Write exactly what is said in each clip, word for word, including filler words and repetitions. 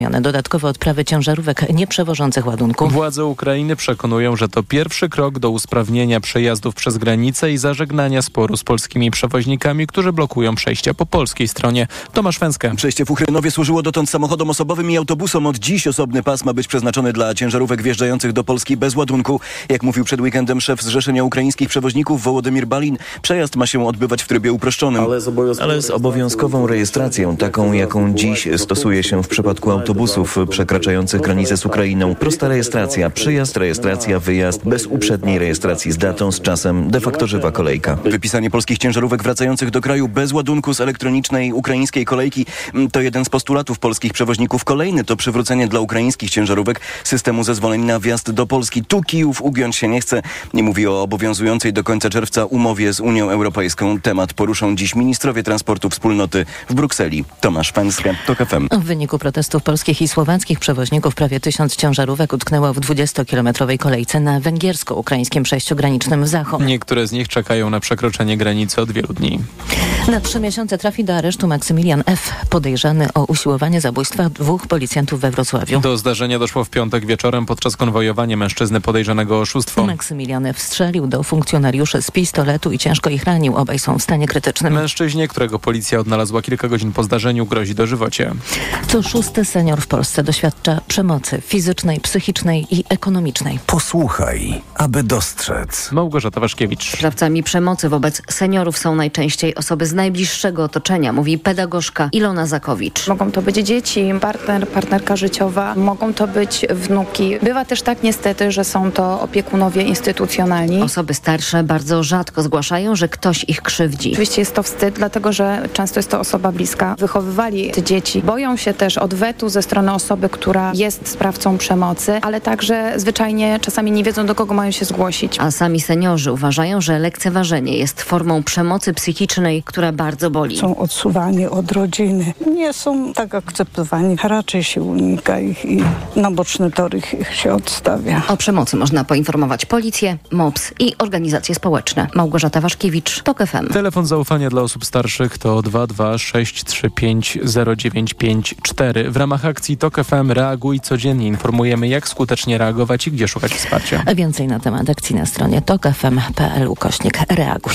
dodatkowe odprawy ciężarówek nieprzewożących ładunku. Władze Ukrainy przekonują, że to pierwszy krok do usprawnienia przejazdów przez granicę i zażegnania sporu z polskimi przewoźnikami, którzy blokują przejścia po polskiej stronie. Tomasz Węskę. Przejście w Uchrynowie służyło dotąd samochodom osobowym i autobusom. Od dziś osobny pas ma być przeznaczony dla ciężarówek wjeżdżających do Polski bez ładunku. Jak mówił przed weekendem szef Zrzeszenia Ukraińskich Przewoźników Wołodymir Balin, przejazd ma się odbywać w trybie uproszczonym. Ale z obowiązkową rejestracją, taką jaką dziś stosuje się w przypadku autobusów przekraczających granicę z Ukrainą. Prosta rejestracja, przyjazd, rejestracja, wyjazd, bez uprzedniej rejestracji z datą, z czasem, de facto żywa kolejka. Wypisanie polskich ciężarówek wracających do kraju bez ładunku z elektronicznej ukraińskiej kolejki to jeden z postulatów polskich przewoźników. Kolejny to przywrócenie dla ukraińskich ciężarówek systemu zezwoleń na wjazd do Polski. Tu Kijów ugiąć się nie chce. Nie mówi o obowiązującej do końca czerwca umowie z Unią Europejską. Temat poruszą dziś ministrowie transportu wspólnoty w Brukseli. Tomasz Węskę, TOK F M. W wyniku protestów polskich i słowackich przewoźników prawie tysiąc ciężarówek utknęło w dwudziestokilometrowej kolejce na węgiersko-ukraińskim przejściu granicznym w Zachom. Niektóre z nich czekają na przekroczenie granicy od wielu dni. Na trzy miesiące trafi do aresztu Maksymilian F., podejrzany o usiłowanie zabójstwa dwóch policjantów we Wrocławiu. Do zdarzenia doszło w piątek wieczorem podczas konwojowania mężczyzny podejrzanego o oszustwo. Maksymilian F. strzelił do funkcjonariuszy z pistoletu i ciężko ich ranił. Obaj są w stanie krytycznym. Mężczyźnie, którego policja odnalazła kilka godzin po zdarzeniu, grozi dożywocie. Co szósty senior w Polsce doświadcza przemocy fizycznej, psychicznej i ekonomicznej. Posłuchaj, aby dostrzec. Małgorzata Waszkiewicz. Sprawcami przemocy wobec seniorów są najczęściej osoby z najbliższego otoczenia, mówi pedagogzka Ilona Zakowicz. Mogą to być dzieci, partner, partnerka życiowa, mogą to być wnuki. Bywa też tak niestety, że są to opiekunowie instytucjonalni. Osoby starsze bardzo rzadko zgłaszają, że ktoś ich krzywdzi. Oczywiście jest to wstyd, dlatego że często jest to osoba bliska. Wychowywali te dzieci. Boją się też odwetu ze strony osoby, która jest sprawcą przemocy, ale także zwyczajnie czasami nie wiedzą, do kogo mają się zgłosić. A sami seniorzy uważają, że lekceważenie jest formą przemocy psychicznej, która bardzo boli. Są odsuwani od rodziny. Nie są tak akceptowani. Raczej się unika ich i na boczne tory ich się odstawia. O przemocy można poinformować policję, M O P S i organizacje społeczne. Małgorzata Waszkiewicz, TOK F M. Telefon zaufania dla osób starszych to dwa dwa sześć trzy pięć zero dziewięć pięć cztery. W ramach akcji TOK F M Reaguj codziennie informujemy, jak skutecznie reagować i gdzie szukać wsparcia. A więcej na temat akcji na stronie tok f m kropka p l ukośnik reaguj.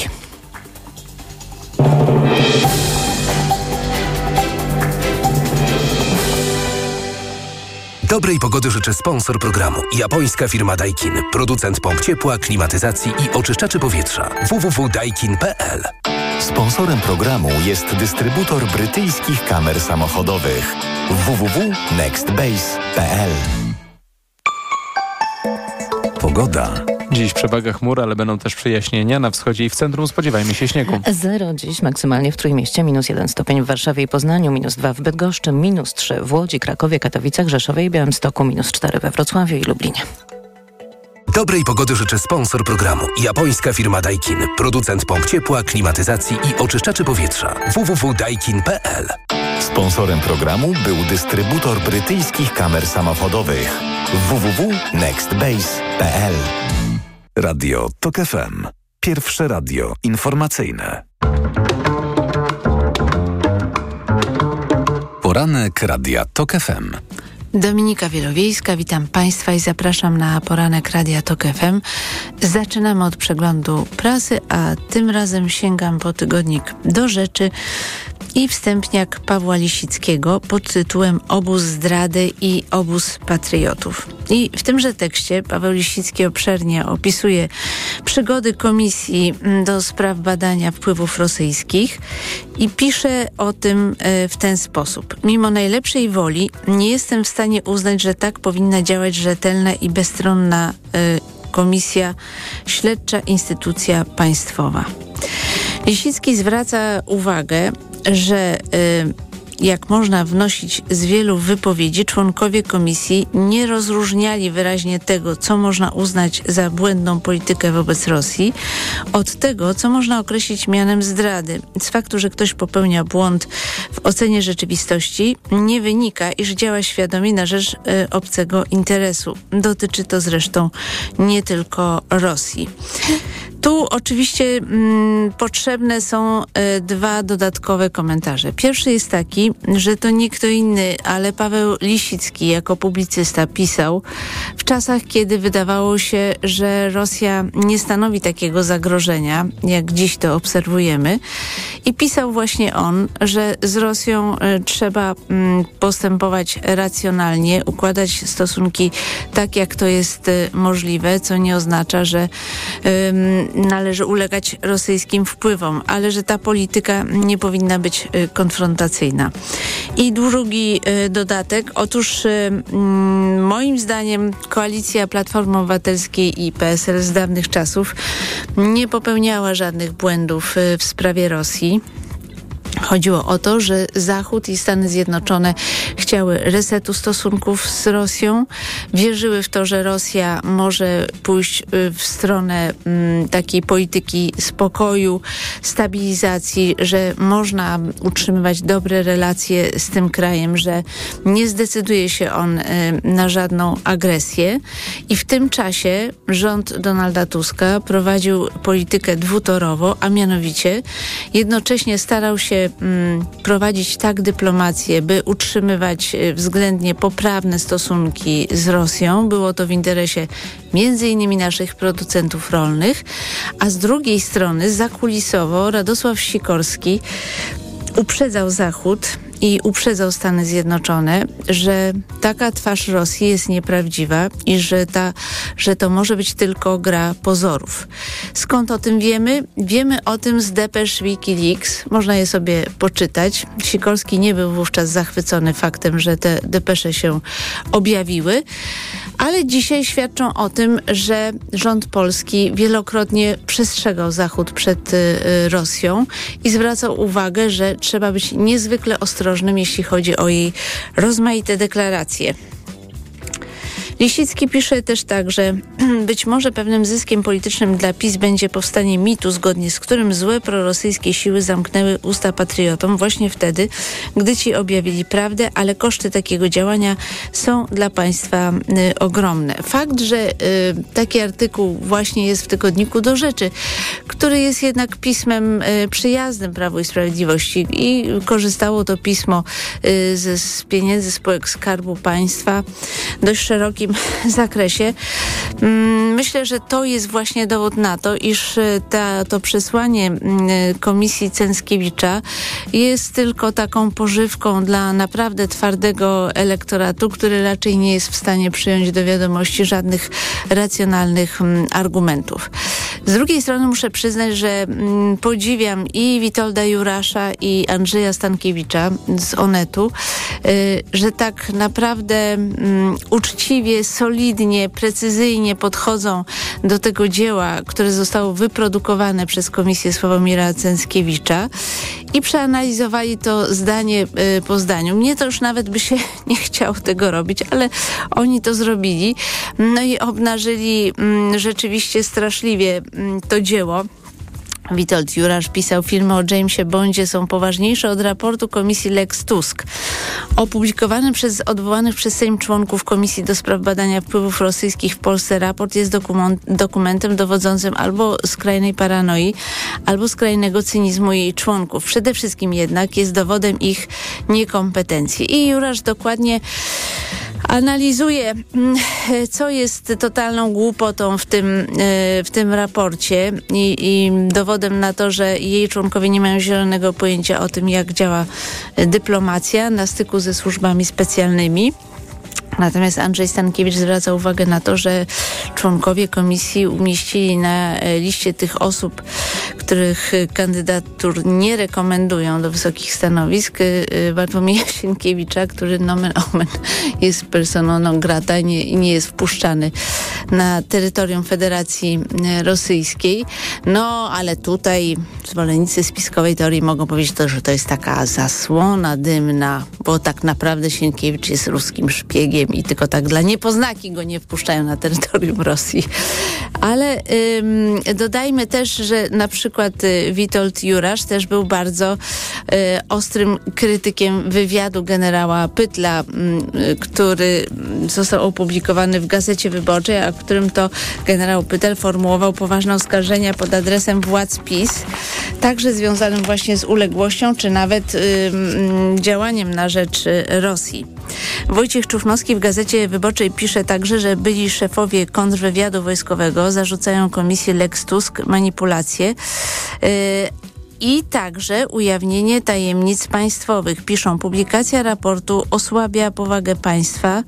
Dobrej pogody życzy sponsor programu. Japońska firma Daikin. Producent pomp ciepła, klimatyzacji i oczyszczaczy powietrza. w w w kropka daikin kropka p l. Sponsorem programu jest dystrybutor brytyjskich kamer samochodowych. w w w kropka nextbase kropka p l. Pogoda. Dziś przewaga chmur, ale będą też przejaśnienia. Na wschodzie i w centrum spodziewajmy się śniegu. Zero dziś maksymalnie w Trójmieście, minus jeden stopień w Warszawie i Poznaniu, minus dwa w Bydgoszczy, minus trzy w Łodzi, Krakowie, Katowicach, Rzeszowie i Białymstoku, minus cztery we Wrocławiu i Lublinie. Dobrej pogody życzy sponsor programu. Japońska firma Daikin. Producent pomp ciepła, klimatyzacji i oczyszczaczy powietrza. w w w kropka daikin kropka p l. Sponsorem programu był dystrybutor brytyjskich kamer samochodowych. w w w kropka nextbase kropka p l. Radio TOK F M. Pierwsze radio informacyjne. Poranek Radia TOK F M. Dominika Wielowiejska, witam Państwa i zapraszam na poranek Radia TOK F M. Zaczynamy od przeglądu prasy, a tym razem sięgam po tygodnik Do Rzeczy i wstępniak Pawła Lisickiego pod tytułem Obóz zdrady i obóz patriotów. I w tymże tekście Paweł Lisicki obszernie opisuje przygody Komisji do spraw badania wpływów rosyjskich i pisze o tym w ten sposób. Mimo najlepszej woli nie jestem w stanie uznać, że tak powinna działać rzetelna i bezstronna y, komisja śledcza, instytucja państwowa. Lisicki zwraca uwagę, że y, jak można wnosić z wielu wypowiedzi, członkowie komisji nie rozróżniali wyraźnie tego, co można uznać za błędną politykę wobec Rosji, od tego, co można określić mianem zdrady. Z faktu, że ktoś popełnia błąd w ocenie rzeczywistości, nie wynika, iż działa świadomie na rzecz y, obcego interesu. Dotyczy to zresztą nie tylko Rosji. Tu oczywiście mm, potrzebne są y, dwa dodatkowe komentarze. Pierwszy jest taki, że to nie kto inny, ale Paweł Lisicki jako publicysta pisał w czasach, kiedy wydawało się, że Rosja nie stanowi takiego zagrożenia, jak dziś to obserwujemy. I pisał właśnie on, że z Rosją y, trzeba y, postępować racjonalnie, układać stosunki tak, jak to jest y, możliwe, co nie oznacza, że y, należy ulegać rosyjskim wpływom, ale że ta polityka nie powinna być y, konfrontacyjna. I drugi y, dodatek, otóż y, y, moim zdaniem koalicja Platformy Obywatelskiej i P S L z dawnych czasów nie popełniała żadnych błędów y, w sprawie Rosji. Chodziło o to, że Zachód i Stany Zjednoczone chciały resetu stosunków z Rosją, wierzyły w to, że Rosja może pójść w stronę m, takiej polityki spokoju, stabilizacji, że można utrzymywać dobre relacje z tym krajem, że nie zdecyduje się on y, na żadną agresję. I w tym czasie rząd Donalda Tuska prowadził politykę dwutorowo, a mianowicie jednocześnie starał się prowadzić tak dyplomację, by utrzymywać względnie poprawne stosunki z Rosją. Było to w interesie między innymi naszych producentów rolnych, a z drugiej strony zakulisowo Radosław Sikorski uprzedzał Zachód i uprzedzał Stany Zjednoczone, że taka twarz Rosji jest nieprawdziwa i że, ta, że to może być tylko gra pozorów. Skąd o tym wiemy? Wiemy o tym z depesz Wikileaks. Można je sobie poczytać. Sikorski nie był wówczas zachwycony faktem, że te depesze się objawiły, ale dzisiaj świadczą o tym, że rząd polski wielokrotnie przestrzegał Zachód przed y, Rosją i zwracał uwagę, że trzeba być niezwykle ostrożnym, jeśli chodzi o jej rozmaite deklaracje. Lisicki pisze też tak, że być może pewnym zyskiem politycznym dla PiS będzie powstanie mitu, zgodnie z którym złe prorosyjskie siły zamknęły usta patriotom właśnie wtedy, gdy ci objawili prawdę, ale koszty takiego działania są dla państwa y, ogromne. Fakt, że y, taki artykuł właśnie jest w tygodniku Do Rzeczy, który jest jednak pismem y, przyjaznym Prawu i Sprawiedliwości i korzystało to pismo y, z, z pieniędzy spółek Skarbu Państwa dość szerokim zakresie. Myślę, że to jest właśnie dowód na to, iż ta, to przesłanie Komisji Cęckiewicza jest tylko taką pożywką dla naprawdę twardego elektoratu, który raczej nie jest w stanie przyjąć do wiadomości żadnych racjonalnych argumentów. Z drugiej strony muszę przyznać, że podziwiam i Witolda Jurasza, i Andrzeja Stankiewicza z Onetu, że tak naprawdę uczciwie, solidnie, precyzyjnie podchodzą do tego dzieła, które zostało wyprodukowane przez Komisję Sławomira Cęckiewicza i przeanalizowali to zdanie po zdaniu. Mnie to już nawet by się nie chciało tego robić, ale oni to zrobili. No i obnażyli rzeczywiście straszliwie to dzieło. Witold Jurasz pisał, filmy o Jamesie Bondzie są poważniejsze od raportu Komisji Lex Tusk. Opublikowany przez odwołanych przez Sejm członków Komisji do spraw badania wpływów rosyjskich w Polsce raport jest dokument, dokumentem dowodzącym albo skrajnej paranoi, albo skrajnego cynizmu jej członków. Przede wszystkim jednak jest dowodem ich niekompetencji. I Jurasz dokładnie analizuje, co jest totalną głupotą w tym, w tym raporcie i, i dowodem na to, że jej członkowie nie mają zielonego pojęcia o tym, jak działa dyplomacja na styku ze służbami specjalnymi. Natomiast Andrzej Stankiewicz zwraca uwagę na to, że członkowie komisji umieścili na liście tych osób, których kandydatur nie rekomendują do wysokich stanowisk, Bartłomieja Sienkiewicza, który nomen omen jest personą non grata i nie, nie jest wpuszczany na terytorium Federacji Rosyjskiej. No, ale tutaj zwolennicy spiskowej teorii mogą powiedzieć to, że to jest taka zasłona dymna, bo tak naprawdę Sienkiewicz jest ruskim szpiegiem i tylko tak dla niepoznaki go nie wpuszczają na terytorium Rosji. Ale ym, dodajmy też, że na przykład y, Witold Jurasz też był bardzo y, ostrym krytykiem wywiadu generała Pytla, y, który został opublikowany w Gazecie Wyborczej, a w którym to generał Pytel formułował poważne oskarżenia pod adresem władz PiS, także związanym właśnie z uległością, czy nawet y, y, działaniem na rzecz Rosji. Wojciech Czufnowski w Gazecie Wyborczej pisze także, że byli szefowie kontrwywiadu wojskowego zarzucają komisji Lex Tusk manipulacje, yy, i także ujawnienie tajemnic państwowych. Piszą, publikacja raportu osłabia powagę państwa.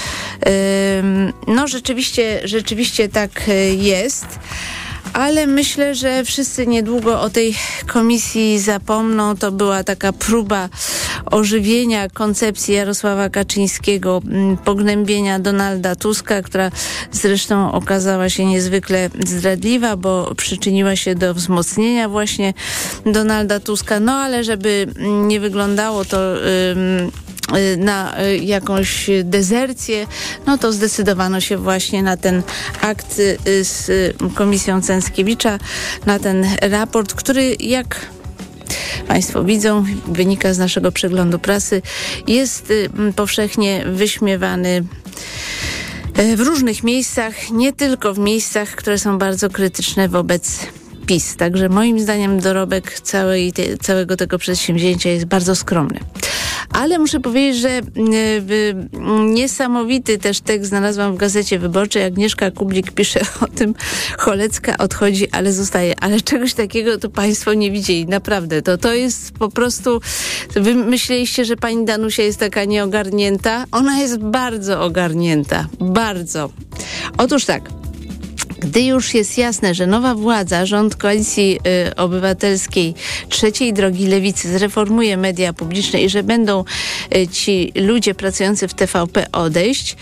Yy, no rzeczywiście, rzeczywiście tak jest. Ale myślę, że wszyscy niedługo o tej komisji zapomną. To była taka próba ożywienia koncepcji Jarosława Kaczyńskiego, pognębienia Donalda Tuska, która zresztą okazała się niezwykle zdradliwa, bo przyczyniła się do wzmocnienia właśnie Donalda Tuska. No ale żeby nie wyglądało to Yy, na jakąś dezercję, no to zdecydowano się właśnie na ten akt z Komisją Cęckiewicza, na ten raport, który, jak Państwo widzą, wynika z naszego przeglądu prasy, jest powszechnie wyśmiewany w różnych miejscach, nie tylko w miejscach, które są bardzo krytyczne wobec PiS. Także moim zdaniem dorobek całej te, całego tego przedsięwzięcia jest bardzo skromny. Ale muszę powiedzieć, że y, y, niesamowity też tekst znalazłam w Gazecie Wyborczej. Agnieszka Kublik pisze o tym, Cholecka odchodzi, ale zostaje. Ale czegoś takiego to Państwo nie widzieli. Naprawdę. To, to jest po prostu... Wy myśleliście, że pani Danusia jest taka nieogarnięta? Ona jest bardzo ogarnięta. Bardzo. Otóż tak. Gdy już jest jasne, że nowa władza, rząd Koalicji y, Obywatelskiej Trzeciej Drogi Lewicy zreformuje media publiczne i że będą y, ci ludzie pracujący w T V P odejść,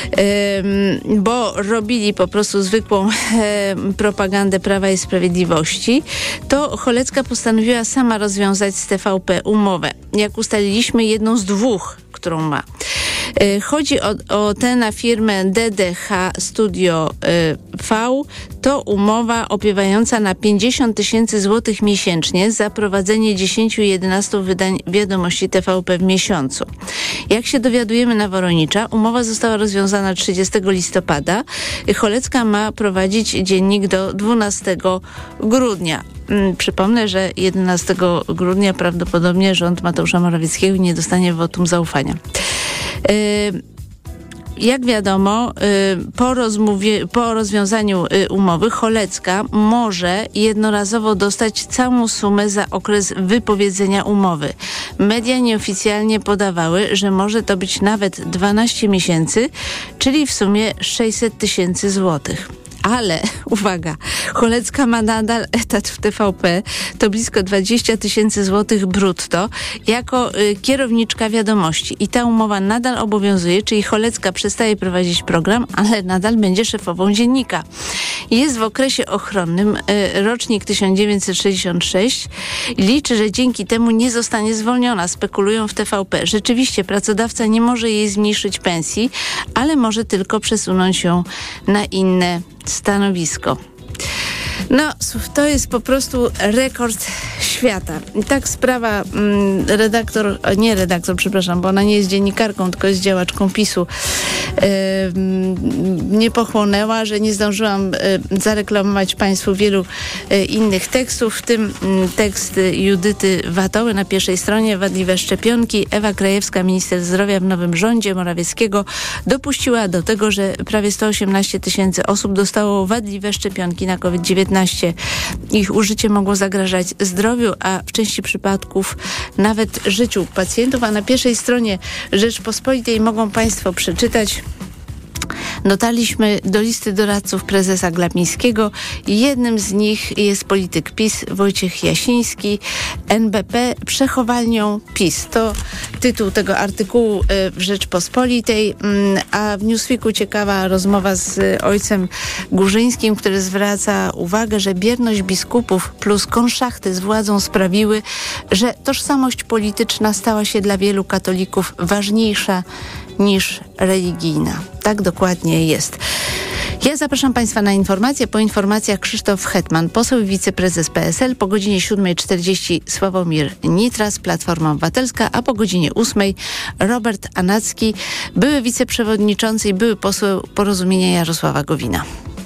y, bo robili po prostu zwykłą y, propagandę Prawa i Sprawiedliwości, to Cholecka postanowiła sama rozwiązać z T V P umowę. Jak ustaliliśmy, jedną z dwóch, którą ma. Chodzi o, o tę na firmę D D H Studio V. To umowa opiewająca na pięćdziesiąt tysięcy złotych miesięcznie za prowadzenie dziesięciu jedenastu wydań wiadomości T V P w miesiącu. Jak się dowiadujemy na Woronicza, umowa została rozwiązana trzydziestego listopada. Cholecka ma prowadzić dziennik do dwunastego grudnia. Przypomnę, że jedenastego grudnia prawdopodobnie rząd Mateusza Morawieckiego nie dostanie wotum zaufania. Yy, Jak wiadomo, po, rozmowie, po rozwiązaniu umowy Cholecka może jednorazowo dostać całą sumę za okres wypowiedzenia umowy. Media nieoficjalnie podawały, że może to być nawet dwanaście miesięcy, czyli w sumie sześćset tysięcy złotych. Ale, uwaga, Cholecka ma nadal etat w T V P, to blisko dwadzieścia tysięcy złotych brutto, jako y, kierowniczka wiadomości. I ta umowa nadal obowiązuje, czyli Cholecka przestaje prowadzić program, ale nadal będzie szefową dziennika. Jest w okresie ochronnym, y, rocznik tysiąc dziewięćset sześćdziesiąt sześć, liczy, że dzięki temu nie zostanie zwolniona, spekulują w T V P. Rzeczywiście pracodawca nie może jej zmniejszyć pensji, ale może tylko przesunąć ją na inne stanowisko. No, to jest po prostu rekord świata. I tak sprawa mm, redaktor, nie redaktor, przepraszam, bo ona nie jest dziennikarką, tylko jest działaczką PiSu, yy, nie pochłonęła, że nie zdążyłam yy, zareklamować Państwu wielu yy, innych tekstów, w tym yy, tekst Judyty Watoły na pierwszej stronie, wadliwe szczepionki. Ewa Krajewska, minister zdrowia w nowym rządzie Morawieckiego, dopuściła do tego, że prawie sto osiemnaście tysięcy osób dostało wadliwe szczepionki na COVID dziewiętnaście. Ich użycie mogło zagrażać zdrowiu, a w części przypadków nawet życiu pacjentów. A na pierwszej stronie Rzeczpospolitej mogą Państwo przeczytać: dotarliśmy do listy doradców prezesa Glapińskiego. Jednym z nich jest polityk PiS Wojciech Jasiński. N B P przechowalnią PiS. To tytuł tego artykułu w Rzeczpospolitej. A w Newsweeku ciekawa rozmowa z ojcem Górzyńskim, który zwraca uwagę, że bierność biskupów plus konszachty z władzą sprawiły, że tożsamość polityczna stała się dla wielu katolików ważniejsza niż religijna. Tak dokładnie jest. Ja zapraszam Państwa na informacje. Po informacjach Krzysztof Hetman, poseł i wiceprezes P S L. Po godzinie siódmej czterdzieści Sławomir Nitras, Platforma Obywatelska, a po godzinie ósmej Robert Anacki, były wiceprzewodniczący i były poseł Porozumienia Jarosława Gowina.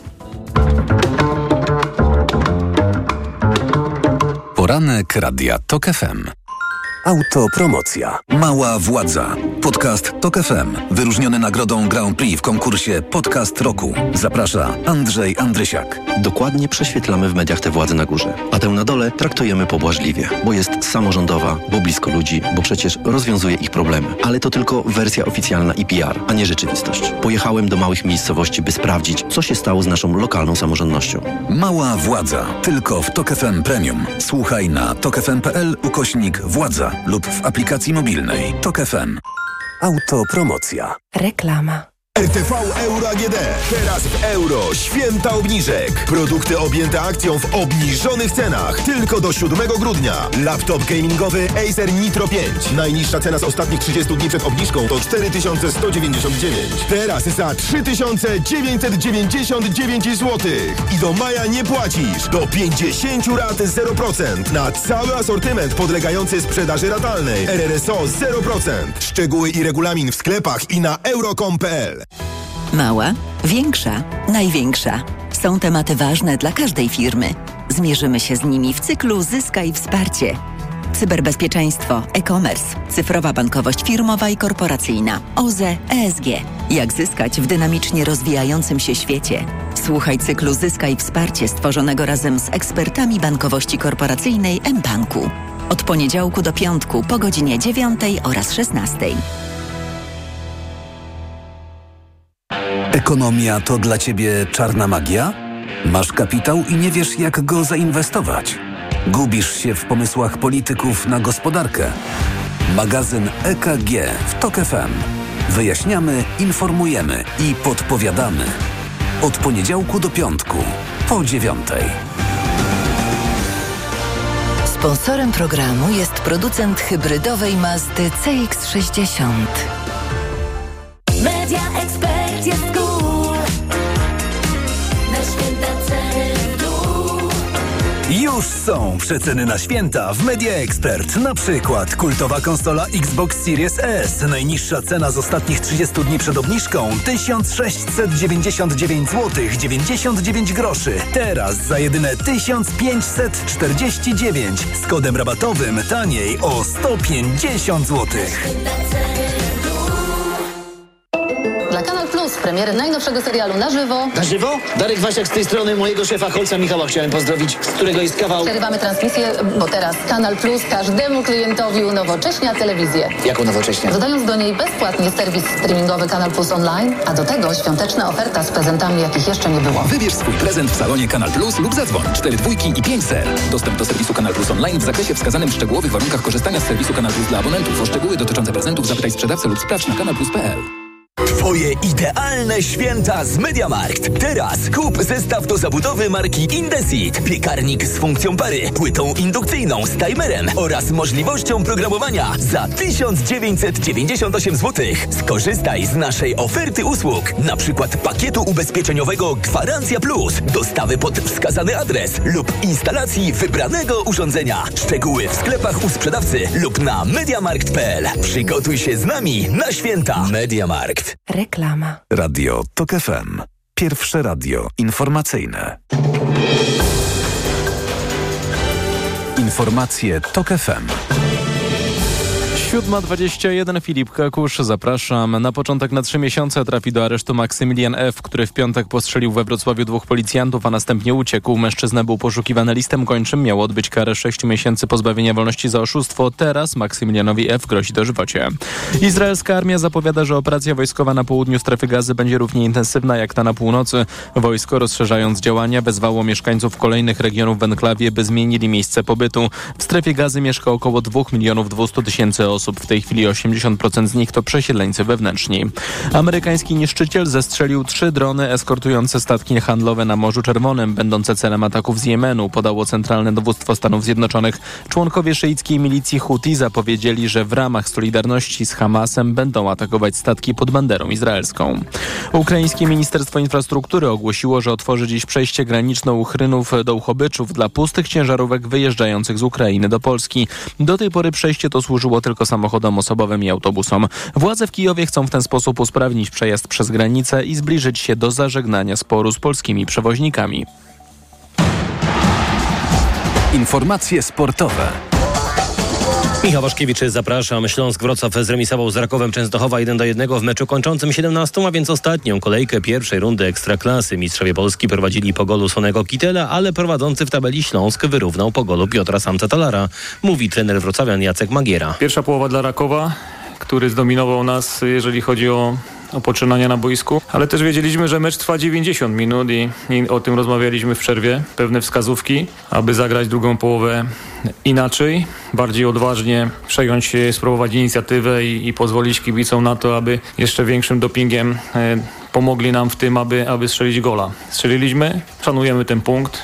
Poranek Radia Tok F M. Autopromocja. Mała władza. Podcast Tok F M. Wyróżniony nagrodą Grand Prix w konkursie Podcast Roku. Zaprasza Andrzej Andrysiak. Dokładnie prześwietlamy w mediach tę władzę na górze, a tę na dole traktujemy pobłażliwie, bo jest samorządowa, bo blisko ludzi, bo przecież rozwiązuje ich problemy. Ale to tylko wersja oficjalna i P R, a nie rzeczywistość. Pojechałem do małych miejscowości, by sprawdzić, co się stało z naszą lokalną samorządnością. Mała władza. Tylko w Tok F M Premium. Słuchaj na tok f m kropka p l ukośnik władza lub w aplikacji mobilnej Tok F M. Autopromocja. Reklama. R T V Euro A G D. Teraz w euro. Święta obniżek. Produkty objęte akcją w obniżonych cenach. Tylko do siódmego grudnia. Laptop gamingowy Acer Nitro pięć. Najniższa cena z ostatnich trzydziestu dni przed obniżką to cztery tysiące sto dziewięćdziesiąt dziewięć. Teraz za trzy tysiące dziewięćset dziewięćdziesiąt dziewięć złotych. I do maja nie płacisz. Do pięćdziesięciu rat zero procent. Na cały asortyment podlegający sprzedaży ratalnej. R R S O zero procent. Szczegóły i regulamin w sklepach i na euro kropka com kropka p l. Mała, większa, największa. Są tematy ważne dla każdej firmy. Zmierzymy się z nimi w cyklu Zyskaj Wsparcie. Cyberbezpieczeństwo, e-commerce, cyfrowa bankowość firmowa i korporacyjna, O Z E, E S G. Jak zyskać w dynamicznie rozwijającym się świecie? Słuchaj cyklu Zyskaj Wsparcie stworzonego razem z ekspertami bankowości korporacyjnej mBanku. Od poniedziałku do piątku po godzinie dziewiątej oraz szesnastej. Ekonomia to dla Ciebie czarna magia? Masz kapitał i nie wiesz, jak go zainwestować? Gubisz się w pomysłach polityków na gospodarkę? Magazyn E K G w Tok F M. Wyjaśniamy, informujemy i podpowiadamy. Od poniedziałku do piątku po dziewiątej. Sponsorem programu jest producent hybrydowej Mazdy C X sześćdziesiąt. Media Expert jest cool. Na święta ceny w dół. Już są przeceny na święta w Media Expert. Na przykład kultowa konsola Xbox Series S. Najniższa cena z ostatnich trzydziestu dni przed obniżką tysiąc sześćset dziewięćdziesiąt dziewięć złotych dziewięćdziesiąt dziewięć groszy. Teraz za jedyne tysiąc pięćset czterdzieści dziewięć z kodem rabatowym taniej o sto pięćdziesiąt złotych. Dla Kanal Plus premiery najnowszego serialu Na Żywo. Na żywo? Darek Wasiak z tej strony, mojego szefa Holca Michała chciałem pozdrowić, z którego jest kawał. Przerywamy transmisję, bo teraz Kanal Plus każdemu klientowi unowocześnia telewizję. Jak unowocześnia? Dodając do niej bezpłatnie serwis streamingowy Kanal Plus Online, a do tego świąteczna oferta z prezentami, jakich jeszcze nie było. Wybierz swój prezent w salonie Kanal Plus lub zadzwoń cztery dwójki i pięć zer. Dostęp do serwisu Kanal Plus Online w zakresie wskazanym w szczegółowych warunkach korzystania z serwisu Kanal Plus dla abonentów. O szczegóły dotyczące prezentów zapytaj sprzedawcę lub sprawdź na kanal plus kropka p l. Twoje idealne święta z MediaMarkt. Teraz kup zestaw do zabudowy marki Indesit. Piekarnik z funkcją pary, płytą indukcyjną z timerem oraz możliwością programowania za tysiąc dziewięćset dziewięćdziesiąt osiem złotych. Skorzystaj z naszej oferty usług, na przykład pakietu ubezpieczeniowego Gwarancja Plus, dostawy pod wskazany adres lub instalacji wybranego urządzenia. Szczegóły w sklepach u sprzedawcy lub na mediamarkt kropka p l. Przygotuj się z nami na święta. MediaMarkt. Reklama. Radio Tok F M. Pierwsze radio informacyjne. Informacje Tok F M. siódma dwadzieścia jeden, Filip Kakusz, zapraszam. Na początek na trzy miesiące trafi do aresztu Maksymilian F., który w piątek postrzelił we Wrocławiu dwóch policjantów, a następnie uciekł. Mężczyzna był poszukiwany listem gończym, miał odbyć karę sześciu miesięcy pozbawienia wolności za oszustwo. Teraz Maksymilianowi F. grozi dożywocie. Izraelska armia zapowiada, że operacja wojskowa na południu strefy Gazy będzie równie intensywna jak ta na północy. Wojsko, rozszerzając działania, wezwało mieszkańców kolejnych regionów w enklawie, by zmienili miejsce pobytu. W strefie Gazy mieszka około dwóch milionów dwieście tysięcy osób. osób. W tej chwili osiemdziesiąt procent z nich to przesiedleńcy wewnętrzni. Amerykański niszczyciel zestrzelił trzy drony eskortujące statki handlowe na Morzu Czerwonym, będące celem ataków z Jemenu, podało Centralne Dowództwo Stanów Zjednoczonych. Członkowie szyickiej milicji Huti zapowiedzieli, że w ramach solidarności z Hamasem będą atakować statki pod banderą izraelską. Ukraińskie Ministerstwo Infrastruktury ogłosiło, że otworzy dziś przejście graniczne Uchrynów do Uchodźców dla pustych ciężarówek wyjeżdżających z Ukrainy do Polski. Do tej pory przejście to służyło tylko samochodom osobowym i autobusom. Władze w Kijowie chcą w ten sposób usprawnić przejazd przez granicę i zbliżyć się do zażegnania sporu z polskimi przewoźnikami. Informacje sportowe. Michał Waszkiewicz, zapraszam. Śląsk-Wrocław zremisował z Rakowem Częstochowa jeden do jednego w meczu kończącym siedemnastą, a więc ostatnią kolejkę pierwszej rundy Ekstraklasy. Mistrzowie Polski prowadzili po golu Sonego Kitela, ale prowadzący w tabeli Śląsk wyrównał po golu Piotra Samca-Talara. Mówi trener wrocławian Jacek Magiera. Pierwsza połowa dla Rakowa, który zdominował nas, jeżeli chodzi o o poczynania na boisku, ale też wiedzieliśmy, że mecz trwa dziewięćdziesiąt minut i, i o tym rozmawialiśmy w przerwie. Pewne wskazówki, aby zagrać drugą połowę inaczej, bardziej odważnie przejąć, spróbować inicjatywę i, i pozwolić kibicom na to, aby jeszcze większym dopingiem e, pomogli nam w tym, aby, aby strzelić gola. Strzeliliśmy, szanujemy ten punkt.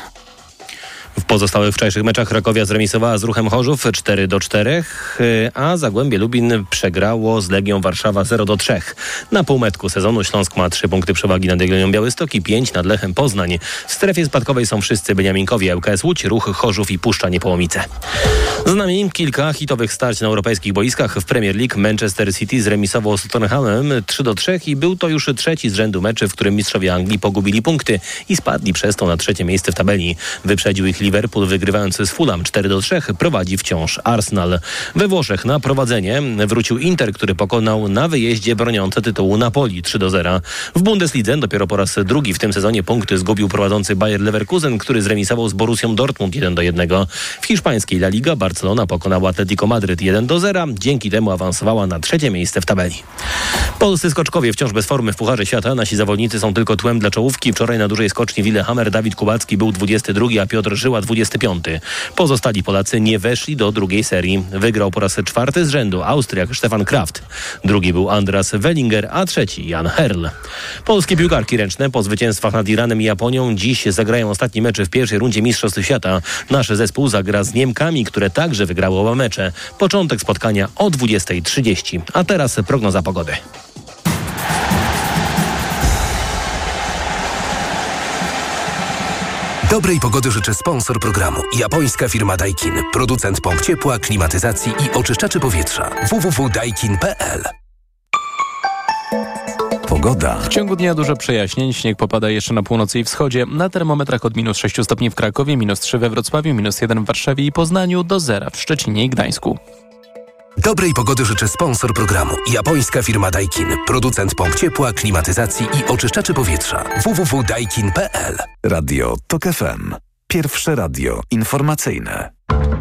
W pozostałych wczorajszych meczach Rakowia zremisowała z Ruchem Chorzów cztery do czterech, a Zagłębie Lubin przegrało z Legią Warszawa zero do trzech. Na półmetku sezonu Śląsk ma trzy punkty przewagi nad Jagiellonią Białystok i pięć nad Lechem Poznań. W strefie spadkowej są wszyscy Beniaminkowie, L K S Łódź, Ruch Chorzów i Puszcza Niepołomice. Z nami kilka hitowych starć na europejskich boiskach. W Premier League Manchester City zremisował z Tottenhamem trzy do trzech i był to już trzeci z rzędu meczy, w którym mistrzowie Anglii pogubili punkty i spadli przez to na trzecie miejsce w tabeli. Wyprzedził ich Liverpool, wygrywając z Fulham cztery do trzech, prowadzi wciąż Arsenal. We Włoszech na prowadzenie wrócił Inter, który pokonał na wyjeździe broniące tytułu Napoli trzy do zera. W Bundeslidze dopiero po raz drugi w tym sezonie punkty zgubił prowadzący Bayer Leverkusen, który zremisował z Borussią Dortmund jeden do jednego. W hiszpańskiej La Liga Barcelona pokonała Atletico Madryt jeden do zera. Dzięki temu awansowała na trzecie miejsce w tabeli. Polscy skoczkowie wciąż bez formy w Pucharze Świata. Nasi zawodnicy są tylko tłem dla czołówki. Wczoraj na dużej skoczni Lillehammer Dawid Kubacki był dwudziesty drugi, a Piotr Żyła dwudziesty piąty. Pozostali Polacy nie weszli do drugiej serii. Wygrał po raz czwarty z rzędu Austriak Stefan Kraft. Drugi był Andras Wellinger, a trzeci Jan Herl. Polskie piłkarki ręczne po zwycięstwach nad Iranem i Japonią dziś zagrają ostatni mecz w pierwszej rundzie Mistrzostw Świata. Nasz zespół zagra z Niemkami, które także wygrały oba mecze. Początek spotkania o dwudziesta trzydzieści. A teraz prognoza pogody. Dobrej pogody życzy sponsor programu. Japońska firma Daikin. Producent pomp ciepła, klimatyzacji i oczyszczaczy powietrza. w w w kropka daikin kropka p l. Pogoda. W ciągu dnia dużo przejaśnień. Śnieg popada jeszcze na północy i wschodzie. Na termometrach od minus sześć stopni w Krakowie, minus trzy we Wrocławiu, minus jeden w Warszawie i Poznaniu, do zera w Szczecinie i Gdańsku. Dobrej pogody życzy sponsor programu. Japońska firma Daikin. Producent pomp ciepła, klimatyzacji i oczyszczaczy powietrza. w w w kropka daikin kropka p l. Radio TOK F M. Pierwsze radio informacyjne.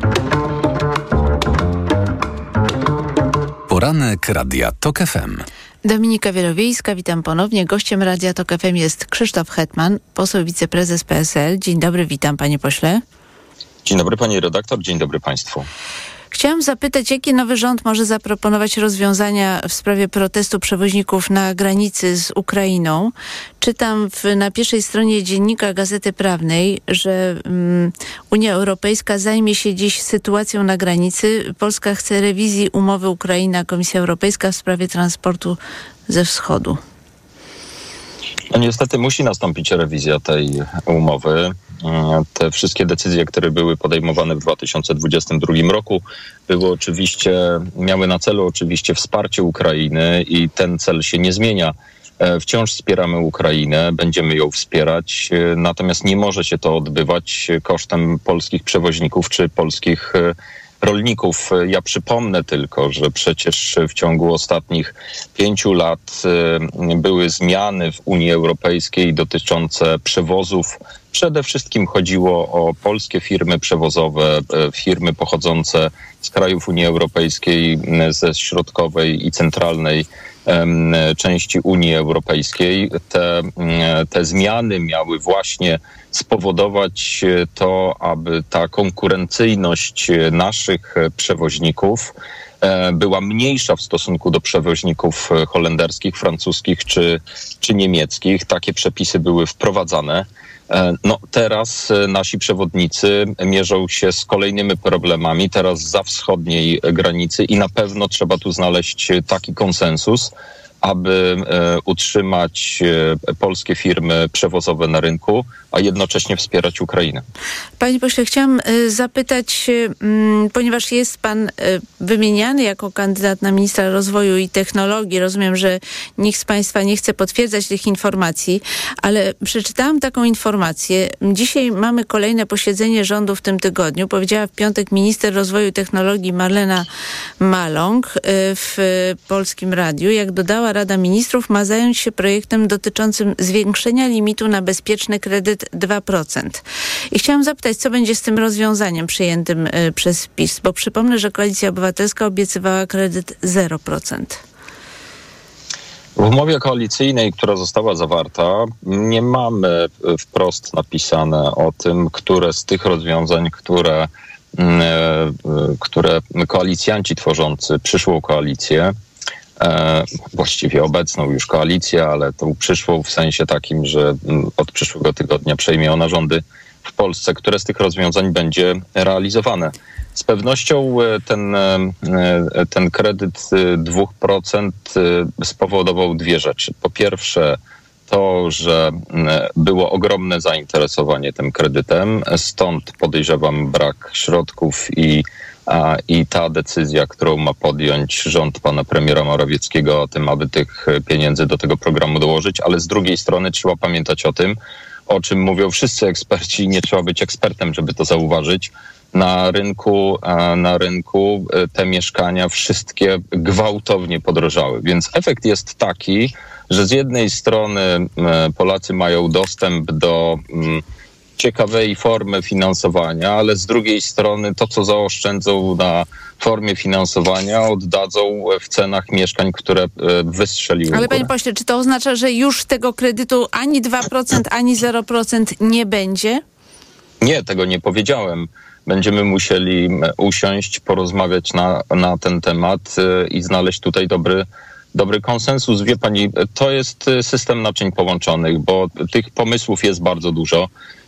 Poranek Radia TOK F M. Dominika Wielowiejska, witam ponownie. Gościem Radia TOK F M jest Krzysztof Hetman, poseł wiceprezes P S L. Dzień dobry, witam panie pośle. Dzień dobry pani redaktor, dzień dobry państwu. Chciałam zapytać, jakie nowy rząd może zaproponować rozwiązania w sprawie protestu przewoźników na granicy z Ukrainą. Czytam w, na pierwszej stronie dziennika Gazety Prawnej, że um, Unia Europejska zajmie się dziś sytuacją na granicy. Polska chce rewizji umowy Ukraina-Komisja Europejska w sprawie transportu ze wschodu. No niestety musi nastąpić rewizja tej umowy. Te wszystkie decyzje, które były podejmowane w dwa tysiące dwudziestym drugim roku, były oczywiście, miały na celu oczywiście wsparcie Ukrainy i ten cel się nie zmienia. Wciąż wspieramy Ukrainę, będziemy ją wspierać, natomiast nie może się to odbywać kosztem polskich przewoźników czy polskich rolników. Ja przypomnę tylko, że przecież w ciągu ostatnich pięciu lat były zmiany w Unii Europejskiej dotyczące przewozów. Przede wszystkim chodziło o polskie firmy przewozowe, firmy pochodzące z krajów Unii Europejskiej, ze środkowej i centralnej części Unii Europejskiej. Te, te zmiany miały właśnie spowodować to, aby ta konkurencyjność naszych przewoźników była mniejsza w stosunku do przewoźników holenderskich, francuskich czy, czy niemieckich. Takie przepisy były wprowadzane. No teraz nasi przewodnicy mierzą się z kolejnymi problemami, teraz za wschodniej granicy i na pewno trzeba tu znaleźć taki konsensus, aby utrzymać polskie firmy przewozowe na rynku, a jednocześnie wspierać Ukrainę. Panie pośle, chciałam zapytać, ponieważ jest pan wymieniany jako kandydat na ministra rozwoju i technologii, rozumiem, że nikt z państwa nie chce potwierdzać tych informacji, ale przeczytałam taką informację. Dzisiaj mamy kolejne posiedzenie rządu w tym tygodniu. Powiedziała w piątek minister rozwoju i technologii Marlena Maląg w Polskim Radiu. Jak dodała, Rada Ministrów ma zająć się projektem dotyczącym zwiększenia limitu na bezpieczny kredyt dwa procent. I chciałam zapytać, co będzie z tym rozwiązaniem przyjętym y, przez PiS, bo przypomnę, że Koalicja Obywatelska obiecywała kredyt zero procent. W umowie koalicyjnej, która została zawarta, nie mamy wprost napisane o tym, które z tych rozwiązań, które, y, y, które koalicjanci tworzący przyszłą koalicję, E, właściwie obecną już koalicję, ale tą przyszłą w sensie takim, że od przyszłego tygodnia przejmie ona rządy w Polsce, które z tych rozwiązań będzie realizowane. Z pewnością ten, ten kredyt dwa procent spowodował dwie rzeczy. Po pierwsze to, że było ogromne zainteresowanie tym kredytem, stąd podejrzewam brak środków i I ta decyzja, którą ma podjąć rząd pana premiera Morawieckiego o tym, aby tych pieniędzy do tego programu dołożyć, ale z drugiej strony trzeba pamiętać o tym, o czym mówią wszyscy eksperci, nie trzeba być ekspertem, żeby to zauważyć. Na rynku, na rynku te mieszkania wszystkie gwałtownie podrożały, więc efekt jest taki, że z jednej strony Polacy mają dostęp do ciekawej formy finansowania, ale z drugiej strony to, co zaoszczędzą na formie finansowania, oddadzą w cenach mieszkań, które wystrzeliły. Ale panie pośle, czy to oznacza, że już tego kredytu ani dwa procent, ani zero procent nie będzie? Nie, tego nie powiedziałem. Będziemy musieli usiąść, porozmawiać na, na ten temat i znaleźć tutaj dobry Dobry konsensus. Wie pani, to jest system naczyń połączonych, bo tych pomysłów jest bardzo dużo.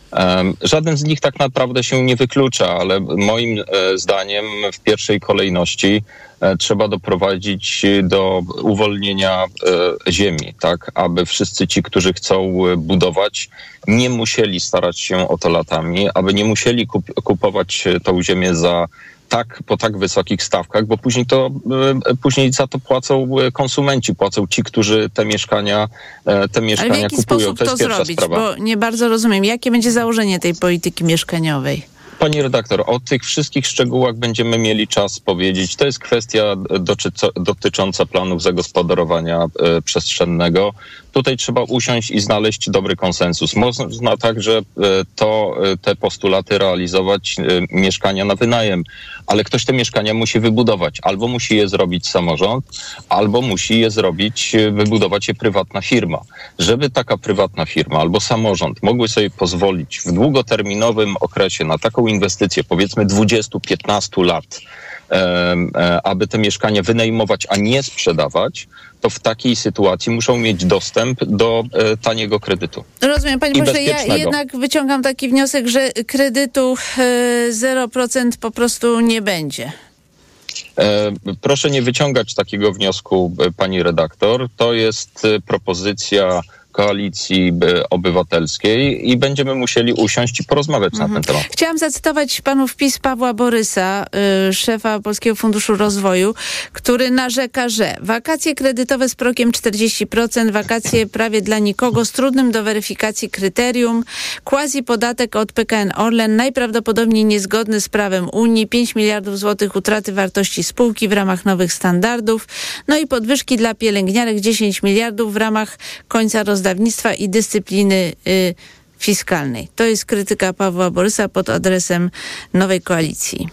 Żaden z nich tak naprawdę się nie wyklucza, ale moim zdaniem w pierwszej kolejności trzeba doprowadzić do uwolnienia ziemi, tak, aby wszyscy ci, którzy chcą budować, nie musieli starać się o to latami, aby nie musieli kup- kupować tą ziemię za tak, po tak wysokich stawkach, bo później to później za to płacą konsumenci, płacą ci, którzy te mieszkania te mieszkania Ale w jaki kupują. sposób to, to jest zrobić? Sprawa. Bo nie bardzo rozumiem, jakie będzie założenie tej polityki mieszkaniowej? Pani redaktor, o tych wszystkich szczegółach będziemy mieli czas powiedzieć. To jest kwestia dotycząca planów zagospodarowania e, przestrzennego. Tutaj trzeba usiąść i znaleźć dobry konsensus. Można także e, to, e, te postulaty realizować, e, mieszkania na wynajem, ale ktoś te mieszkania musi wybudować. Albo musi je zrobić samorząd, albo musi je zrobić, e, wybudować je prywatna firma. Żeby taka prywatna firma albo samorząd mogły sobie pozwolić w długoterminowym okresie na taką inwestycje, powiedzmy dwadzieścia piętnaście lat, aby te mieszkania wynajmować, a nie sprzedawać, to w takiej sytuacji muszą mieć dostęp do taniego kredytu. Rozumiem, panie pośle, ja jednak wyciągam taki wniosek, że kredytu zero procent po prostu nie będzie. Proszę nie wyciągać takiego wniosku, pani redaktor. To jest propozycja Koalicji Obywatelskiej i będziemy musieli usiąść i porozmawiać mhm. na ten temat. Chciałam zacytować panów PiS Pawła Borysa, y, szefa Polskiego Funduszu Rozwoju, który narzeka, że wakacje kredytowe z prokiem czterdzieści procent, wakacje prawie dla nikogo, z trudnym do weryfikacji kryterium, quasi podatek od P K N Orlen, najprawdopodobniej niezgodny z prawem Unii, pięć miliardów złotych utraty wartości spółki w ramach nowych standardów, no i podwyżki dla pielęgniarek dziesięć miliardów w ramach końca rozdawnictwa rozdawnictwa i dyscypliny y, fiskalnej. To jest krytyka Pawła Borysa pod adresem Nowej Koalicji.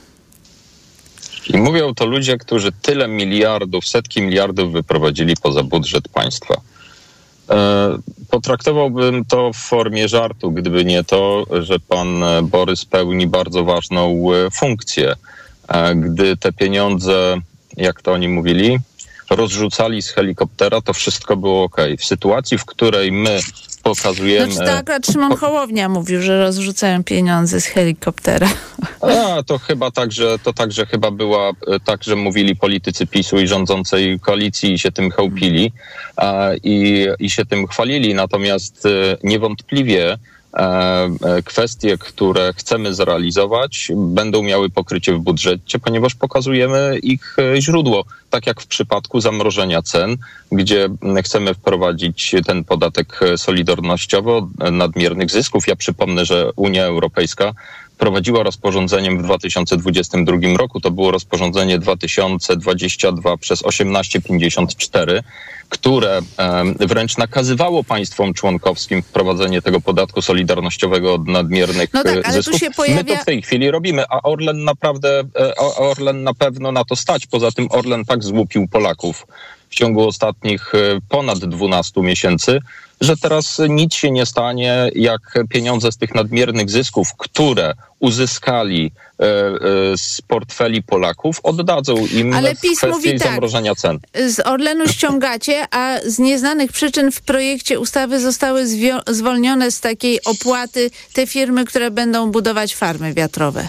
I mówią to ludzie, którzy tyle miliardów, setki miliardów wyprowadzili poza budżet państwa. E, potraktowałbym to w formie żartu, gdyby nie to, że pan Borys pełni bardzo ważną funkcję. E, gdy te pieniądze jak to oni mówili, rozrzucali z helikoptera, to wszystko było okej. W sytuacji, w której my pokazujemy... Znaczy to akurat Szymon Hołownia mówił, że rozrzucają pieniądze z helikoptera. A, to chyba także, to także chyba była, tak, że mówili politycy PiSu i rządzącej koalicji i się tym chełpili a, i, i się tym chwalili. Natomiast niewątpliwie kwestie, które chcemy zrealizować, będą miały pokrycie w budżecie, ponieważ pokazujemy ich źródło. Tak jak w przypadku zamrożenia cen, gdzie chcemy wprowadzić ten podatek solidarnościowy od nadmiernych zysków. Ja przypomnę, że Unia Europejska prowadziła rozporządzeniem w dwa tysiące dwudziestym drugim roku, to było rozporządzenie dwa tysiące dwadzieścia dwa przez osiemnaście pięćdziesiąt cztery, które e, wręcz nakazywało państwom członkowskim wprowadzenie tego podatku solidarnościowego od nadmiernych no tak, ale zysków. Tu się pojawia... My to w tej chwili robimy, a Orlen naprawdę, e, Orlen na pewno na to stać. Poza tym Orlen tak złupił Polaków w ciągu ostatnich e, ponad dwunastu miesięcy, że teraz nic się nie stanie, jak pieniądze z tych nadmiernych zysków, które uzyskali e, e, z portfeli Polaków, oddadzą im Ale w PiS kwestii mówi tak, zamrożenia cen. Z Orlenu ściągacie, a z nieznanych przyczyn w projekcie ustawy zostały zwio- zwolnione z takiej opłaty te firmy, które będą budować farmy wiatrowe.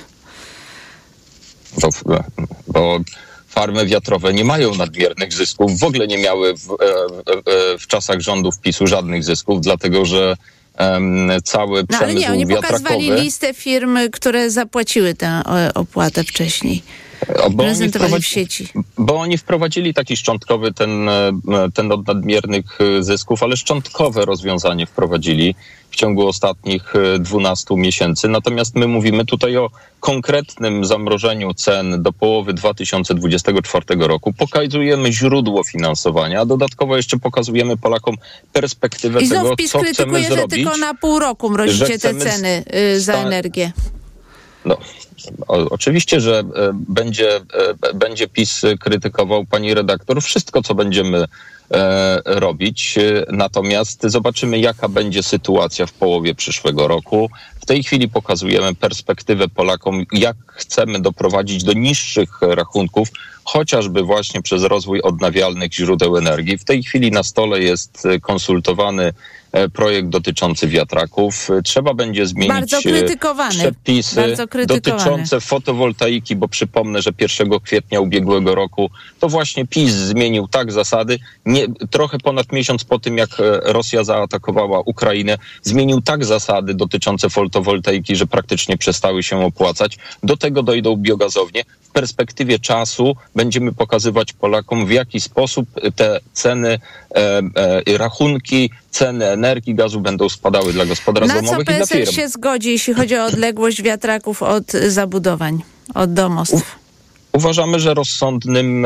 Bo, bo farmy wiatrowe nie mają nadmiernych zysków, w ogóle nie miały w, w, w czasach rządów PiSu żadnych zysków, dlatego że um, cały no, przemysł ale nie, oni wiatrakowy... pokazywali listę firm, które zapłaciły tę opłatę wcześniej. Bo oni, prezentowali w sieci. bo oni wprowadzili taki szczątkowy ten, ten od nadmiernych zysków, ale szczątkowe rozwiązanie wprowadzili w ciągu ostatnich dwunastu miesięcy. Natomiast my mówimy tutaj o konkretnym zamrożeniu cen do połowy dwa tysiące dwudziestego czwartego roku. Pokazujemy źródło finansowania, a dodatkowo jeszcze pokazujemy Polakom perspektywę I tego, znów PiS co chcemy krytykuje, że zrobić. tylko na pół roku mrozicie te ceny y, za sta- energię. No, o, oczywiście, że e, będzie, e, będzie PiS krytykował, pani redaktor, wszystko, co będziemy e, robić. E, natomiast zobaczymy, jaka będzie sytuacja w połowie przyszłego roku. W tej chwili pokazujemy perspektywę Polakom, jak chcemy doprowadzić do niższych rachunków, chociażby właśnie przez rozwój odnawialnych źródeł energii. W tej chwili na stole jest konsultowany projekt dotyczący wiatraków. Trzeba będzie zmienić Bardzo krytykowany. przepisy Bardzo krytykowany. dotyczące fotowoltaiki, bo przypomnę, że pierwszego kwietnia ubiegłego roku to właśnie PiS zmienił tak zasady, nie, trochę ponad miesiąc po tym, jak Rosja zaatakowała Ukrainę, zmienił tak zasady dotyczące fotowoltaiki, że praktycznie przestały się opłacać. Do tego dojdą biogazownie. W perspektywie czasu będziemy pokazywać Polakom, w jaki sposób te ceny, e, e, rachunki, ceny energii, gazu będą spadały dla gospodarstw Na co domowych i dla PSL firm. się zgodzi, jeśli chodzi o odległość wiatraków od zabudowań, od domostw? Uważamy, że rozsądnym,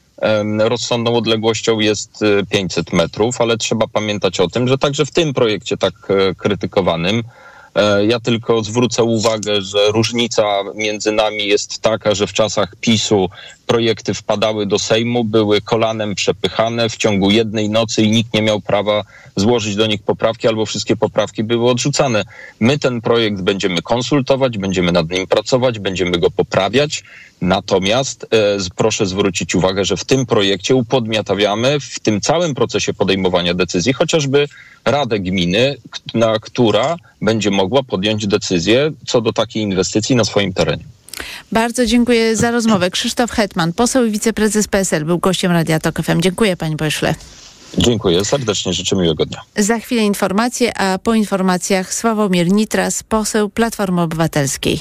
rozsądną odległością jest pięćset metrów, ale trzeba pamiętać o tym, że także w tym projekcie tak krytykowanym, ja tylko zwrócę uwagę, że różnica między nami jest taka, że w czasach PiSu projekty wpadały do Sejmu, były kolanem przepychane w ciągu jednej nocy i nikt nie miał prawa złożyć do nich poprawki, albo wszystkie poprawki były odrzucane. My ten projekt będziemy konsultować, będziemy nad nim pracować, będziemy go poprawiać. Natomiast e, proszę zwrócić uwagę, że w tym projekcie upodmiotawiamy w tym całym procesie podejmowania decyzji chociażby Radę Gminy, na, która będzie mogła podjąć decyzję co do takiej inwestycji na swoim terenie. Bardzo dziękuję za rozmowę. Krzysztof Hetman, poseł i wiceprezes P S L, był gościem Radia Tok F M. Dziękuję, panie pośle. Dziękuję serdecznie, życzę miłego dnia. Za chwilę informacje, a po informacjach Sławomir Nitras, poseł Platformy Obywatelskiej.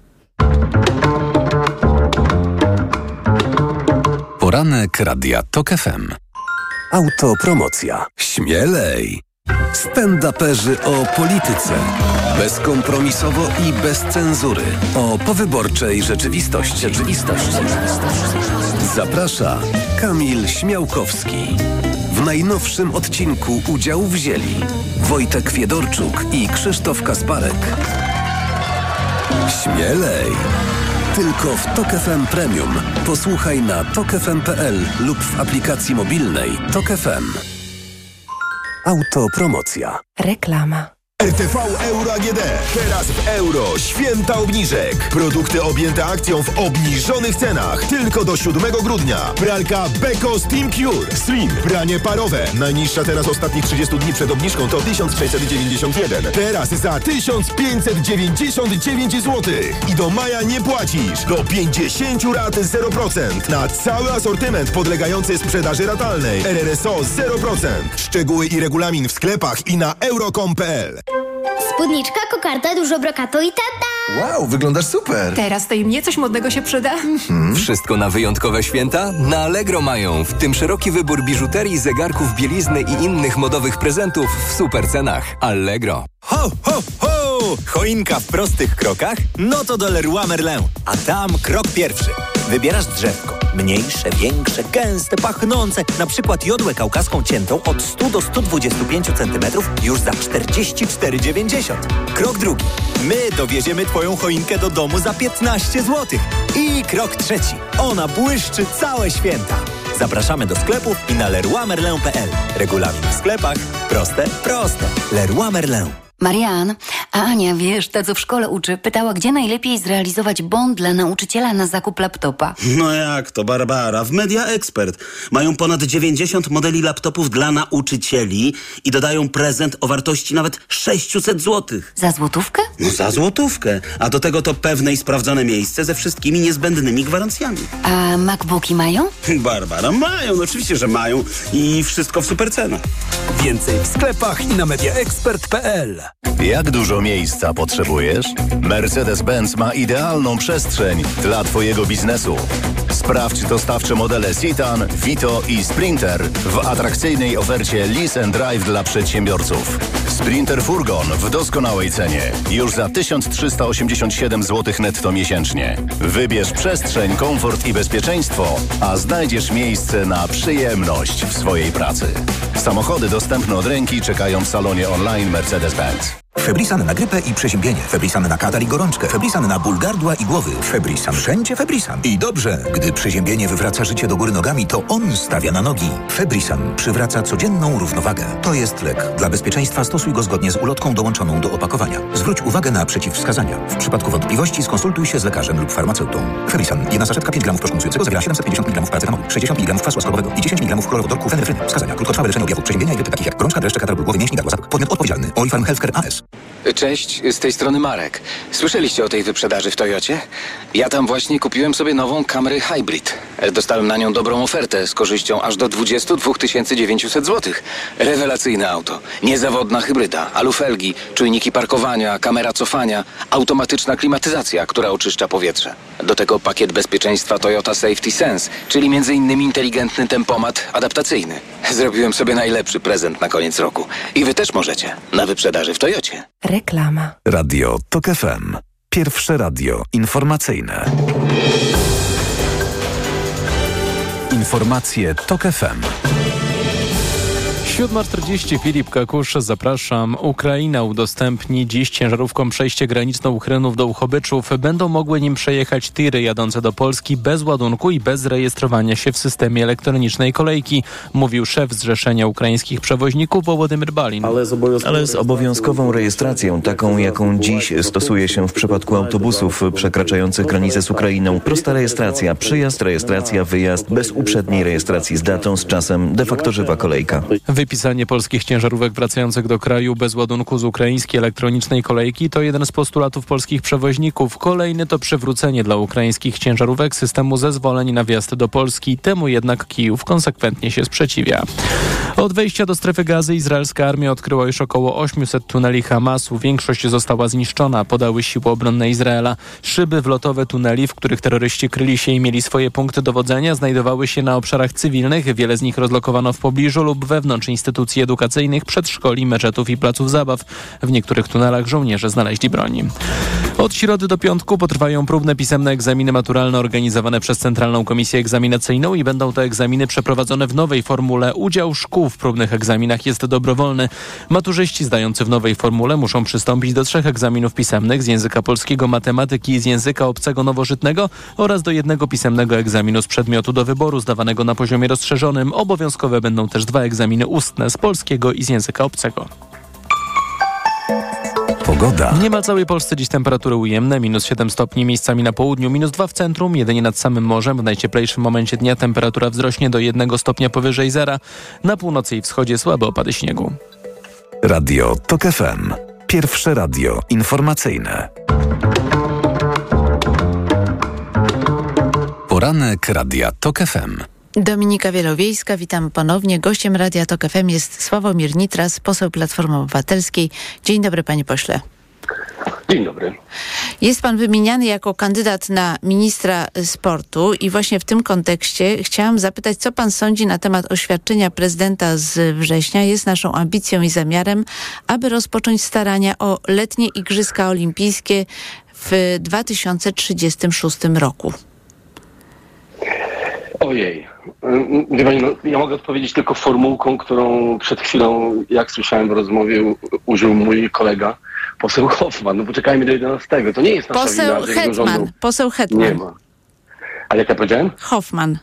Poranek Radia Tok F M. Autopromocja. Śmielej! Stand-uperzy o polityce. Bezkompromisowo i bez cenzury. O powyborczej rzeczywistości. rzeczywistości. Zaprasza Kamil Śmiałkowski. W najnowszym odcinku udział wzięli Wojtek Fiedorczuk i Krzysztof Kasparek. Śmielej! Tylko w Tok F M Premium. Posłuchaj na tok f m kropka p l lub w aplikacji mobilnej Tok F M. Autopromocja. Reklama. R T V Euro A G D. Teraz w euro święta obniżek. Produkty objęte akcją w obniżonych cenach. Tylko do siódmego grudnia. Pralka Beko Steam Cure Slim. Pranie parowe. Najniższa teraz ostatnich trzydziestu dni przed obniżką to tysiąc sześćset dziewięćdziesiąt jeden. Teraz za tysiąc pięćset dziewięćdziesiąt dziewięć złotych. I do maja nie płacisz. Do pięćdziesiąt rat zero procent. Na cały asortyment podlegający sprzedaży ratalnej. R R S O zero procent. Szczegóły i regulamin w sklepach i na euro kropka com kropka p l. Spódniczka, kokardka, dużo brokatu i tada! Wow, wyglądasz super! Teraz to i mnie coś modnego się przyda. Hmm. Wszystko na wyjątkowe święta? Na Allegro mają, w tym szeroki wybór biżuterii, zegarków, bielizny i innych modowych prezentów w super cenach. Allegro. Ho, ho, ho! Choinka w prostych krokach? No to do Leroy Merlin. A tam krok pierwszy. Wybierasz drzewko. Mniejsze, większe, gęste, pachnące. Na przykład jodłę kaukaską ciętą od stu do stu dwudziestu pięciu centymetrów już za czterdzieści cztery dziewięćdziesiąt. Krok drugi. My dowieziemy Twoją choinkę do domu za piętnaście złotych. I krok trzeci. Ona błyszczy całe święta. Zapraszamy do sklepów i na leroy merlin kropka p l. Regulamin w sklepach. Proste, proste. Leroy Merlin. Marian, a Ania, wiesz, ta co w szkole uczy, pytała, gdzie najlepiej zrealizować bon dla nauczyciela na zakup laptopa. No jak to, Barbara? W Media Expert mają ponad dziewięćdziesiąt modeli laptopów dla nauczycieli i dodają prezent o wartości nawet sześćset złotych. Za złotówkę? No za złotówkę. A do tego to pewne i sprawdzone miejsce ze wszystkimi niezbędnymi gwarancjami. A MacBooki mają? Barbara, mają, no oczywiście, że mają i wszystko w super cenach. Więcej w sklepach i na media expert kropka p l. Jak dużo miejsca potrzebujesz? Mercedes-Benz ma idealną przestrzeń dla Twojego biznesu. Sprawdź dostawcze modele Citan, Vito i Sprinter w atrakcyjnej ofercie Lease and Drive dla przedsiębiorców. Sprinter Furgon w doskonałej cenie. Już za tysiąc trzysta osiemdziesiąt siedem złotych netto miesięcznie. Wybierz przestrzeń, komfort i bezpieczeństwo, a znajdziesz miejsce na przyjemność w swojej pracy. Samochody dostępne od ręki czekają w salonie online Mercedes-Benz. Febrisan na grypę i przeziębienie. Febrisan na katar i gorączkę. Febrisan na ból gardła i głowy. Febrisan. Wszędzie Febrisan. I dobrze, gdy przeziębienie wywraca życie do góry nogami, to on stawia na nogi. Febrisan przywraca codzienną równowagę. To jest lek. Dla bezpieczeństwa stosuj go zgodnie z ulotką dołączoną do opakowania. Zwróć uwagę na przeciwwskazania. W przypadku wątpliwości skonsultuj się z lekarzem lub farmaceutą. Febrisan. Jedna saszetka pięć gramów proszku mówiącego zawiera siedemset pięćdziesiąt miligramów paracetamolu, sześćdziesiąt miligramów kwasu ascorbowego i dziesięć miligramów chlorowodorku fenefryny. Wskazania. Krótkotrwałe leczenie objawów przeziębienia i grypy takich jak gorączka, dreszcze, katar, ból głowy, mięśni, gardła, zatok. Podmiot odpowiedzialny. Orifarm Healthcare A S. Cześć, z tej strony Marek. Słyszeliście o tej wyprzedaży w Toyocie? Ja tam właśnie kupiłem sobie nową Camry Hybrid. Dostałem na nią dobrą ofertę z korzyścią aż do dwudziestu dwóch tysięcy dziewięciuset złotych. Rewelacyjne auto. Niezawodna hybryda, alufelgi, czujniki parkowania, kamera cofania, automatyczna klimatyzacja, która oczyszcza powietrze. Do tego pakiet bezpieczeństwa Toyota Safety Sense, czyli między innymi inteligentny tempomat adaptacyjny. Zrobiłem sobie najlepszy prezent na koniec roku. I wy też możecie. Na wyprzedaży w Toyocie. Reklama. Radio Tok F M. Pierwsze radio informacyjne. Informacje Tok F M. siódma czterdzieści, Filip Kakusz, zapraszam. Ukraina udostępni dziś ciężarówkom przejście graniczne Uchrynów do Uchodźców. Będą mogły nim przejechać tiry jadące do Polski bez ładunku i bez rejestrowania się w systemie elektronicznej kolejki, mówił szef Zrzeszenia Ukraińskich Przewoźników Wołodymyr Balin. Ale z obowiązkową rejestracją, taką jaką dziś stosuje się w przypadku autobusów przekraczających granicę z Ukrainą. Prosta rejestracja, przyjazd, rejestracja, wyjazd, bez uprzedniej rejestracji z datą, z czasem, de facto żywa kolejka. Wypisanie polskich ciężarówek wracających do kraju bez ładunku z ukraińskiej elektronicznej kolejki to jeden z postulatów polskich przewoźników. Kolejny to przywrócenie dla ukraińskich ciężarówek systemu zezwoleń na wjazd do Polski. Temu jednak Kijów konsekwentnie się sprzeciwia. Od wejścia do strefy Gazy izraelska armia odkryła już około osiemset tuneli Hamasu. Większość została zniszczona, podały siły obronne Izraela. Szyby wlotowe tuneli, w których terroryści kryli się i mieli swoje punkty dowodzenia, znajdowały się na obszarach cywilnych. Wiele z nich rozlokowano w pobliżu lub wewnątrz instytucji edukacyjnych, przedszkoli, meczetów i placów zabaw. W niektórych tunelach żołnierze znaleźli broń. Od środy do piątku potrwają próbne pisemne egzaminy maturalne organizowane przez Centralną Komisję Egzaminacyjną i będą to egzaminy przeprowadzone w nowej formule. Udział szkół w próbnych egzaminach jest dobrowolny. Maturzyści zdający w nowej formule muszą przystąpić do trzech egzaminów pisemnych z języka polskiego, matematyki i z języka obcego nowożytnego oraz do jednego pisemnego egzaminu z przedmiotu do wyboru zdawanego na poziomie rozszerzonym. Obowiązkowe będą też dwa egzaminy ustne z polskiego i z języka obcego. Pogoda. W niemal całej Polsce dziś temperatury ujemne, minus siedem stopni, miejscami na południu, minus dwa w centrum, jedynie nad samym morzem. W najcieplejszym momencie dnia temperatura wzrośnie do jednego stopnia powyżej zera. Na północy i wschodzie słabe opady śniegu. Radio TOK F M. Pierwsze radio informacyjne. Poranek Radia TOK F M. Dominika Wielowiejska, witam ponownie. Gościem Radia TOK F M jest Sławomir Nitras, poseł Platformy Obywatelskiej. Dzień dobry, panie pośle. Dzień dobry. Jest pan wymieniany jako kandydat na ministra sportu i właśnie w tym kontekście chciałam zapytać, co pan sądzi na temat oświadczenia prezydenta z września. Jest naszą ambicją i zamiarem, aby rozpocząć starania o letnie Igrzyska Olimpijskie w dwa tysiące trzydziestym szóstym roku. Ojej. Wie pani, no, ja mogę odpowiedzieć tylko formułką, którą przed chwilą, jak słyszałem w rozmowie, u, użył mój kolega, poseł Hoffman. No poczekajmy do jedenastego. To nie jest nasza poseł wina, że Hetman, jego rządu poseł Hetman. nie ma. Ale jak ja powiedziałem? Hoffman.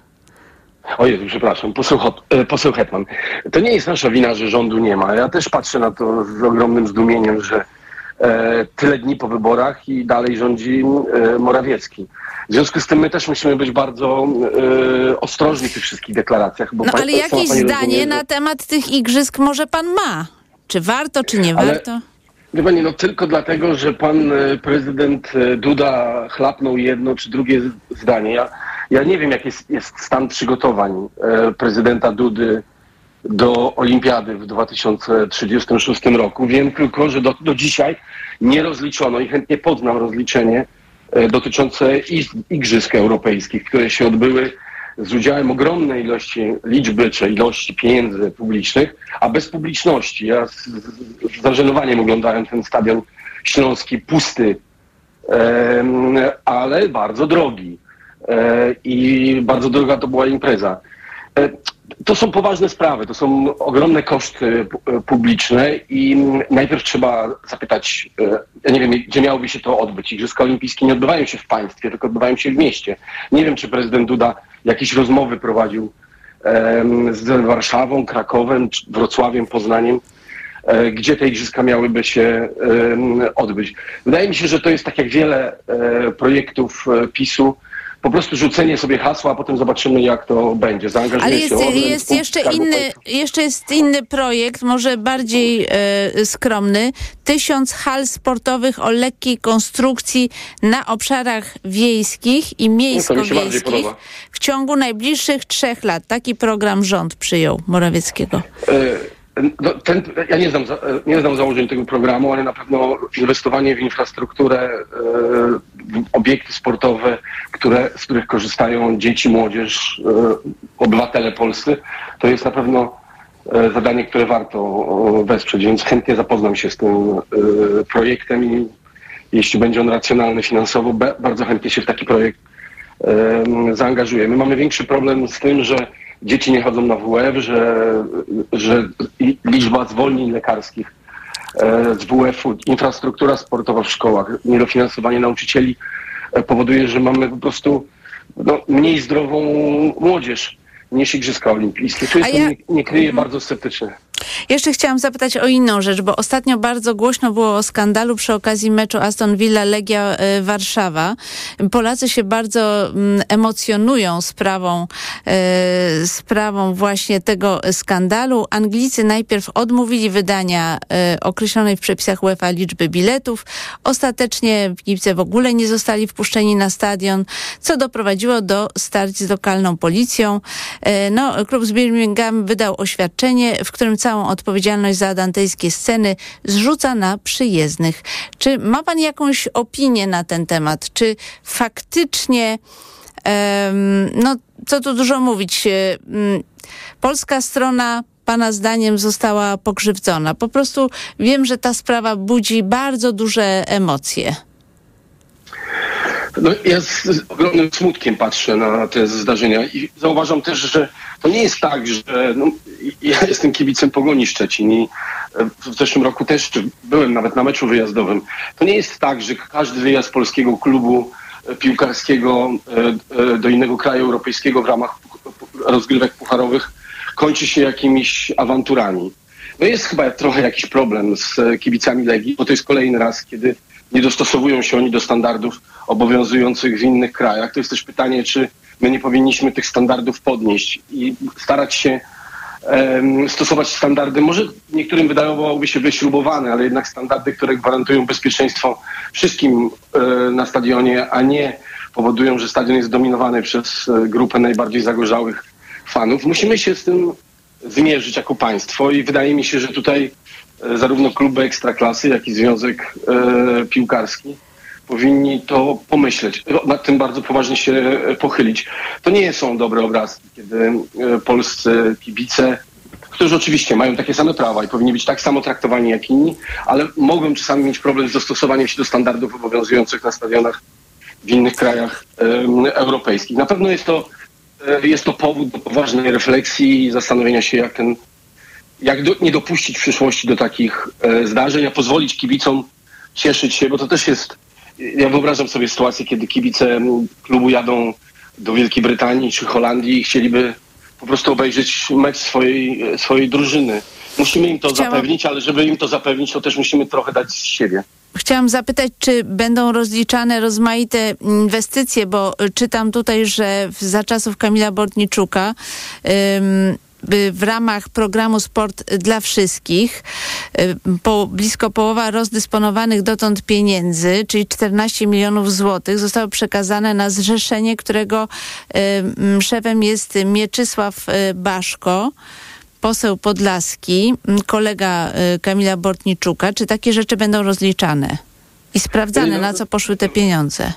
O Jezu, przepraszam, poseł, Hot, e, poseł Hetman. To nie jest nasza wina, że rządu nie ma. Ja też patrzę na to z ogromnym zdumieniem, że e, tyle dni po wyborach i dalej rządzi e, Morawiecki. W związku z tym my też musimy być bardzo e, ostrożni w tych wszystkich deklaracjach. Bo no pan, ale jakieś zdanie rozumie, na temat tych igrzysk może pan ma? Czy warto, czy nie ale, warto? Wie pani, no tylko dlatego, że pan prezydent Duda chlapnął jedno czy drugie zdanie. Ja, ja nie wiem, jaki jest, jest stan przygotowań e, prezydenta Dudy do olimpiady w dwa tysiące trzydziestym szóstym roku. Wiem tylko, że do, do dzisiaj nie rozliczono i chętnie poznam rozliczenie e, dotyczące igrzysk europejskich, które się odbyły z udziałem ogromnej ilości liczby czy ilości pieniędzy publicznych, a bez publiczności. Ja z, z zażenowaniem oglądałem ten stadion śląski, pusty, e, ale bardzo drogi. E, I bardzo droga to była impreza. E, to są poważne sprawy, to są ogromne koszty publiczne i najpierw trzeba zapytać, e, ja nie wiem, gdzie miałoby się to odbyć. Igrzyska Olimpijskie nie odbywają się w państwie, tylko odbywają się w mieście. Nie wiem, czy prezydent Duda jakieś rozmowy prowadził e, z Warszawą, Krakowem, Wrocławiem, Poznaniem, e, gdzie te igrzyska miałyby się e, odbyć. Wydaje mi się, że to jest tak jak wiele e, projektów e, PiSu, po prostu rzucenie sobie hasła, a potem zobaczymy, jak to będzie. Ale jest, się jest jeszcze inny, jeszcze jest inny projekt, może bardziej e, skromny. Tysiąc hal sportowych o lekkiej konstrukcji na obszarach wiejskich i miejsko-wiejskich w ciągu najbliższych trzech lat. Taki program rząd przyjął Morawieckiego. E No, ten, ja nie znam, nie znam założeń tego programu, ale na pewno inwestowanie w infrastrukturę, w obiekty sportowe, które, z których korzystają dzieci, młodzież, obywatele polscy, to jest na pewno zadanie, które warto wesprzeć, więc chętnie zapoznam się z tym projektem i jeśli będzie on racjonalny finansowo, bardzo chętnie się w taki projekt zaangażuję. My mamy większy problem z tym, że dzieci nie chodzą na W F, że, że liczba zwolnień lekarskich z W F-u, infrastruktura sportowa w szkołach, niedofinansowanie nauczycieli powoduje, że mamy po prostu no, mniej zdrową młodzież niż Igrzyska Olimpijskie. Tu jestem, ja... nie, nie kryję, bardzo sceptyczny. Jeszcze chciałam zapytać o inną rzecz, bo ostatnio bardzo głośno było o skandalu przy okazji meczu Aston Villa-Legia y, Warszawa. Polacy się bardzo mm, emocjonują sprawą, y, sprawą właśnie tego skandalu. Anglicy najpierw odmówili wydania y, określonej w przepisach UEFA liczby biletów. Ostatecznie kibice w ogóle nie zostali wpuszczeni na stadion, co doprowadziło do starć z lokalną policją. Y, no, klub z Birmingham wydał oświadczenie, w którym całą odpowiedzialność za dantejskie sceny zrzuca na przyjezdnych. Czy ma pan jakąś opinię na ten temat? Czy faktycznie, um, no co tu dużo mówić, um, polska strona pana zdaniem została pokrzywdzona? Po prostu wiem, że ta sprawa budzi bardzo duże emocje. No, ja z, z ogromnym smutkiem patrzę na te zdarzenia i zauważam też, że to nie jest tak, że no, ja jestem kibicem Pogoni Szczecin i w zeszłym roku też byłem nawet na meczu wyjazdowym. To nie jest tak, że każdy wyjazd polskiego klubu piłkarskiego do innego kraju europejskiego w ramach rozgrywek pucharowych kończy się jakimiś awanturami. No jest chyba trochę jakiś problem z kibicami Legii, bo to jest kolejny raz, kiedy nie dostosowują się oni do standardów obowiązujących w innych krajach. To jest też pytanie, czy my nie powinniśmy tych standardów podnieść i starać się um, stosować standardy, może niektórym wydawałoby się wyśrubowane, ale jednak standardy, które gwarantują bezpieczeństwo wszystkim e, na stadionie, a nie powodują, że stadion jest dominowany przez e, grupę najbardziej zagorzałych fanów. Musimy się z tym zmierzyć jako państwo i wydaje mi się, że tutaj e, zarówno kluby Ekstraklasy, jak i Związek e, Piłkarski powinni to pomyśleć, nad tym bardzo poważnie się e, pochylić. To nie są dobre obrazki, kiedy e, polscy kibice, którzy oczywiście mają takie same prawa i powinni być tak samo traktowani jak inni, ale mogą czasami mieć problem z dostosowaniem się do standardów obowiązujących na stadionach w innych krajach e, europejskich. Na pewno jest to Jest to powód do poważnej refleksji i zastanowienia się, jak, ten, jak do, nie dopuścić w przyszłości do takich e, zdarzeń, a pozwolić kibicom cieszyć się, bo to też jest... Ja wyobrażam sobie sytuację, kiedy kibice klubu jadą do Wielkiej Brytanii czy Holandii i chcieliby po prostu obejrzeć mecz swojej, swojej drużyny. Musimy im to Chciałam... zapewnić, ale żeby im to zapewnić, to też musimy trochę dać z siebie. Chciałam zapytać, czy będą rozliczane rozmaite inwestycje, bo czytam tutaj, że za czasów Kamila Bortniczuka ym, w ramach programu Sport dla Wszystkich po, blisko połowa rozdysponowanych dotąd pieniędzy, czyli czternaście milionów złotych, zostało przekazane na zrzeszenie, którego ym, szefem jest Mieczysław Baszko, poseł podlaski, kolega Kamila Bortniczuka. Czy takie rzeczy będą rozliczane i sprawdzane, na co poszły te pieniądze?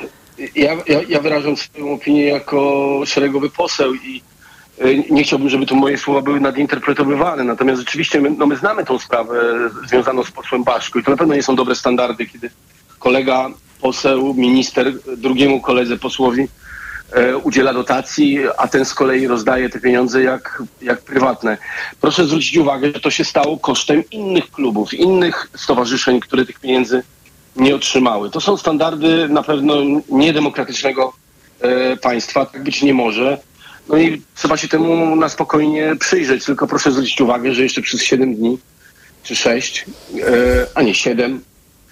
Ja, ja, ja wyrażam swoją opinię jako szeregowy poseł i nie chciałbym, żeby tu moje słowa były nadinterpretowywane. Natomiast rzeczywiście my, no my znamy tą sprawę związaną z posłem Baszko i to na pewno nie są dobre standardy, kiedy kolega, poseł, minister drugiemu koledze posłowi e, udziela dotacji, a ten z kolei rozdaje te pieniądze jak, jak prywatne. Proszę zwrócić uwagę, że to się stało kosztem innych klubów, innych stowarzyszeń, które tych pieniędzy nie otrzymały. To są standardy na pewno niedemokratycznego e, państwa. Tak być nie może. No i trzeba się temu na spokojnie przyjrzeć. Tylko proszę zwrócić uwagę, że jeszcze przez siedem dni, czy sześć, e, a nie siedem,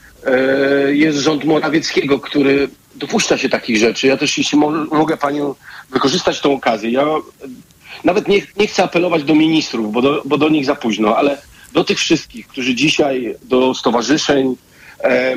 e, jest rząd Morawieckiego, który dopuszcza się takich rzeczy. Ja też, jeśli mo- mogę panią wykorzystać tą okazję, ja nawet nie, nie chcę apelować do ministrów, bo do, bo do nich za późno, ale do tych wszystkich, którzy dzisiaj do stowarzyszeń e,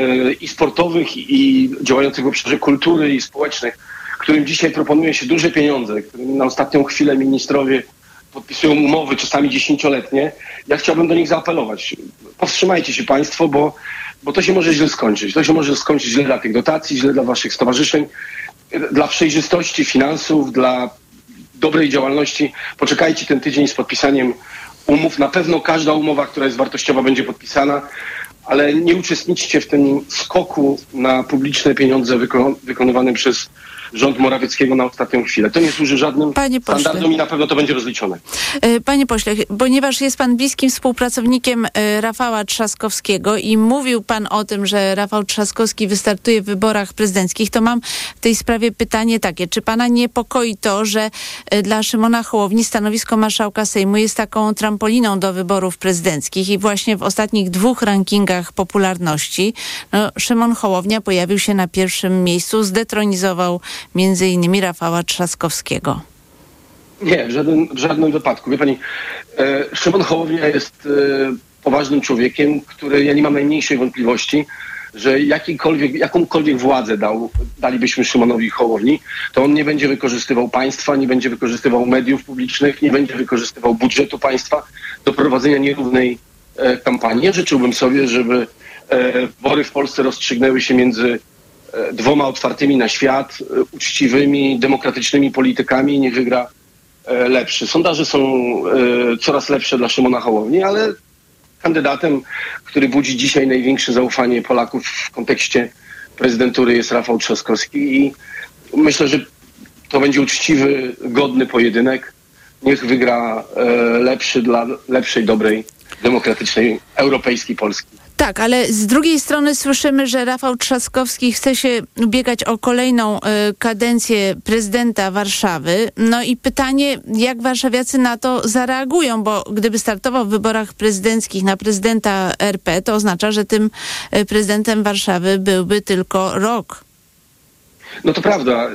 i sportowych, i działających w obszarze kultury i społecznych, którym dzisiaj proponuje się duże pieniądze, którym na ostatnią chwilę ministrowie podpisują umowy, czasami dziesięcioletnie, ja chciałbym do nich zaapelować. Powstrzymajcie się państwo, bo, bo to się może źle skończyć. To się może skończyć źle dla tych dotacji, źle dla waszych stowarzyszeń, dla przejrzystości finansów, dla dobrej działalności. Poczekajcie ten tydzień z podpisaniem umów. Na pewno każda umowa, która jest wartościowa, będzie podpisana, ale nie uczestniczcie w tym skoku na publiczne pieniądze wyko- wykonywanym przez rząd Morawieckiego na ostatnią chwilę. To nie służy żadnym standardom i na pewno to będzie rozliczone. Panie pośle, ponieważ jest pan bliskim współpracownikiem Rafała Trzaskowskiego i mówił pan o tym, że Rafał Trzaskowski wystartuje w wyborach prezydenckich, to mam w tej sprawie pytanie takie. Czy pana niepokoi to, że dla Szymona Hołowni stanowisko marszałka Sejmu jest taką trampoliną do wyborów prezydenckich i właśnie w ostatnich dwóch rankingach popularności no, Szymon Hołownia pojawił się na pierwszym miejscu, zdetronizował między innymi Rafała Trzaskowskiego? Nie, w żadnym, w żadnym wypadku. Wie pani, e, Szymon Hołownia jest e, poważnym człowiekiem, który, ja nie mam najmniejszej wątpliwości, że jakikolwiek, jakąkolwiek władzę dał, dalibyśmy Szymonowi Hołowni, to on nie będzie wykorzystywał państwa, nie będzie wykorzystywał mediów publicznych, nie będzie wykorzystywał budżetu państwa do prowadzenia nierównej e, kampanii. Ja życzyłbym sobie, żeby e, wybory w Polsce rozstrzygnęły się między dwoma otwartymi na świat, uczciwymi, demokratycznymi politykami i niech wygra lepszy. Sondaże są coraz lepsze dla Szymona Hołowni, ale kandydatem, który budzi dzisiaj największe zaufanie Polaków w kontekście prezydentury, jest Rafał Trzaskowski i myślę, że to będzie uczciwy, godny pojedynek. Niech wygra lepszy dla lepszej, dobrej, demokratycznej, europejskiej Polski. Tak, ale z drugiej strony słyszymy, że Rafał Trzaskowski chce się ubiegać o kolejną y, kadencję prezydenta Warszawy. No i pytanie, jak warszawiacy na to zareagują, bo gdyby startował w wyborach prezydenckich na prezydenta R P, to oznacza, że tym y, prezydentem Warszawy byłby tylko rok. No to prawda.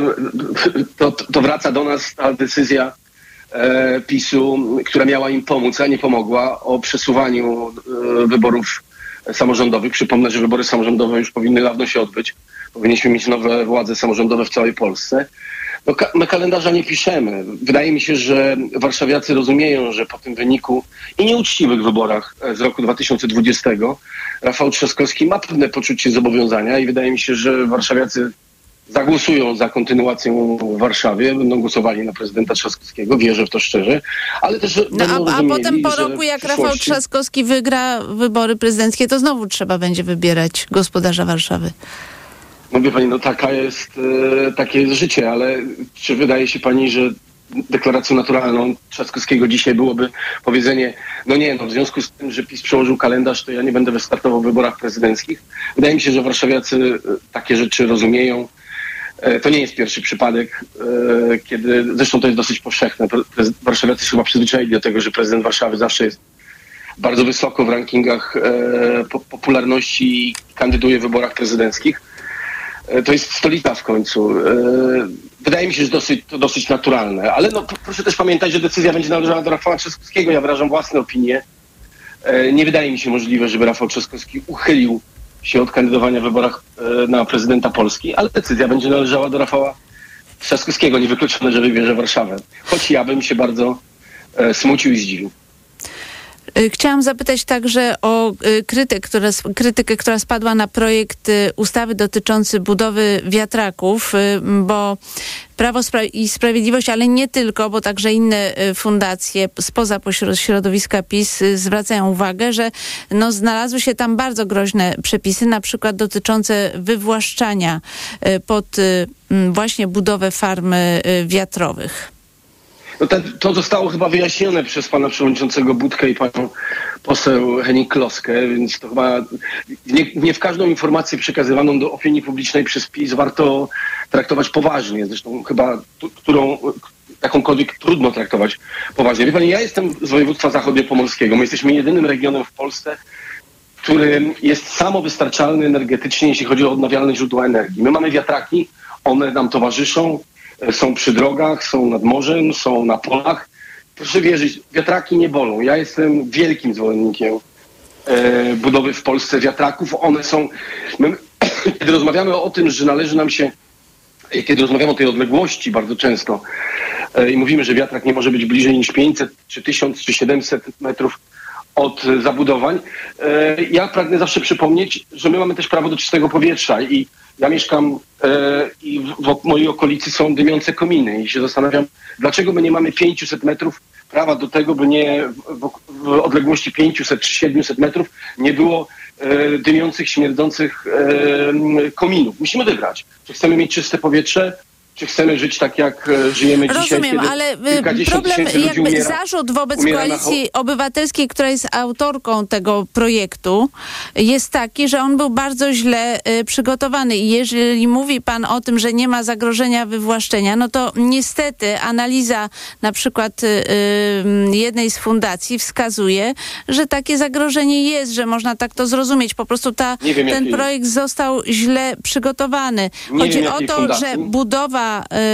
Y, to, to wraca do nas ta decyzja e, PiSu, która miała im pomóc, a nie pomogła, o przesuwaniu e, wyborów samorządowych. Przypomnę, że wybory samorządowe już powinny dawno się odbyć. Powinniśmy mieć nowe władze samorządowe w całej Polsce. No, ka- my kalendarza nie piszemy. Wydaje mi się, że warszawiacy rozumieją, że po tym wyniku i nieuczciwych wyborach z roku dwa tysiące dwudziestego Rafał Trzaskowski ma pewne poczucie zobowiązania i wydaje mi się, że warszawiacy zagłosują za kontynuacją w Warszawie, będą głosowali na prezydenta Trzaskowskiego, wierzę w to szczerze, ale też no, a, a potem po roku, jak przyszłości... Rafał Trzaskowski wygra wybory prezydenckie, to znowu trzeba będzie wybierać gospodarza Warszawy. No wie pani, no taka jest, e, takie jest życie, ale czy wydaje się pani, że deklaracją naturalną Trzaskowskiego dzisiaj byłoby powiedzenie, no nie, no w związku z tym, że PiS przełożył kalendarz, to ja nie będę wystartował w wyborach prezydenckich. Wydaje mi się, że warszawiacy takie rzeczy rozumieją. To nie jest pierwszy przypadek, kiedy, zresztą to jest dosyć powszechne. Warszawiacy się chyba przyzwyczaili do tego, że prezydent Warszawy zawsze jest bardzo wysoko w rankingach popularności i kandyduje w wyborach prezydenckich. To jest stolica w końcu. Wydaje mi się, że dosyć, to dosyć naturalne. Ale no, proszę też pamiętać, że decyzja będzie należała do Rafała Trzaskowskiego. Ja wyrażam własne opinie. Nie wydaje mi się możliwe, żeby Rafał Trzaskowski uchylił się od kandydowania w wyborach na prezydenta Polski, ale decyzja będzie należała do Rafała Trzaskowskiego. Niewykluczone, że wybierze Warszawę. Choć ja bym się bardzo smucił i zdziwił. Chciałam zapytać także o krytykę, która, krytykę, która spadła na projekt ustawy dotyczący budowy wiatraków, bo Prawo i Sprawiedliwość, ale nie tylko, bo także inne fundacje spoza środowiska PiS zwracają uwagę, że no, znalazły się tam bardzo groźne przepisy, na przykład dotyczące wywłaszczania pod właśnie budowę farm wiatrowych. No ten, to zostało chyba wyjaśnione przez pana przewodniczącego Budkę i panią poseł Hennig-Kloskę, więc to chyba nie, nie w każdą informację przekazywaną do opinii publicznej przez PiS warto traktować poważnie. Zresztą chyba t- którą jakąkolwiek trudno traktować poważnie. Wie pani, ja jestem z województwa zachodniopomorskiego. My jesteśmy jedynym regionem w Polsce, który jest samowystarczalny energetycznie, jeśli chodzi o odnawialne źródła energii. My mamy wiatraki, one nam towarzyszą. Są przy drogach, są nad morzem, są na polach. Proszę wierzyć, wiatraki nie bolą. Ja jestem wielkim zwolennikiem e, budowy w Polsce wiatraków. One są... My, kiedy rozmawiamy o tym, że należy nam się... Kiedy rozmawiamy o tej odległości bardzo często e, i mówimy, że wiatrak nie może być bliżej niż pięćset, czy tysiąc, czy siedemset metrów od zabudowań, e, ja pragnę zawsze przypomnieć, że my mamy też prawo do czystego powietrza i ja mieszkam e, i w, w mojej okolicy są dymiące kominy i się zastanawiam, dlaczego my nie mamy pięćset metrów prawa do tego, by nie w, w odległości pięćset czy siedemset metrów nie było e, dymiących, śmierdzących e, kominów. Musimy wybrać, czy chcemy mieć czyste powietrze, czy chcemy żyć tak, jak żyjemy dzisiaj. Rozumiem, ale problem, jakby umiera, zarzut wobec Koalicji na... Obywatelskiej, która jest autorką tego projektu, jest taki, że on był bardzo źle y, przygotowany. I jeżeli mówi pan o tym, że nie ma zagrożenia wywłaszczenia, no to niestety analiza na przykład y, y, jednej z fundacji wskazuje, że takie zagrożenie jest, że można tak to zrozumieć. Po prostu ta, wiem, ten projekt jest. został źle przygotowany. Nie Chodzi wiem, o to, fundacji. że budowa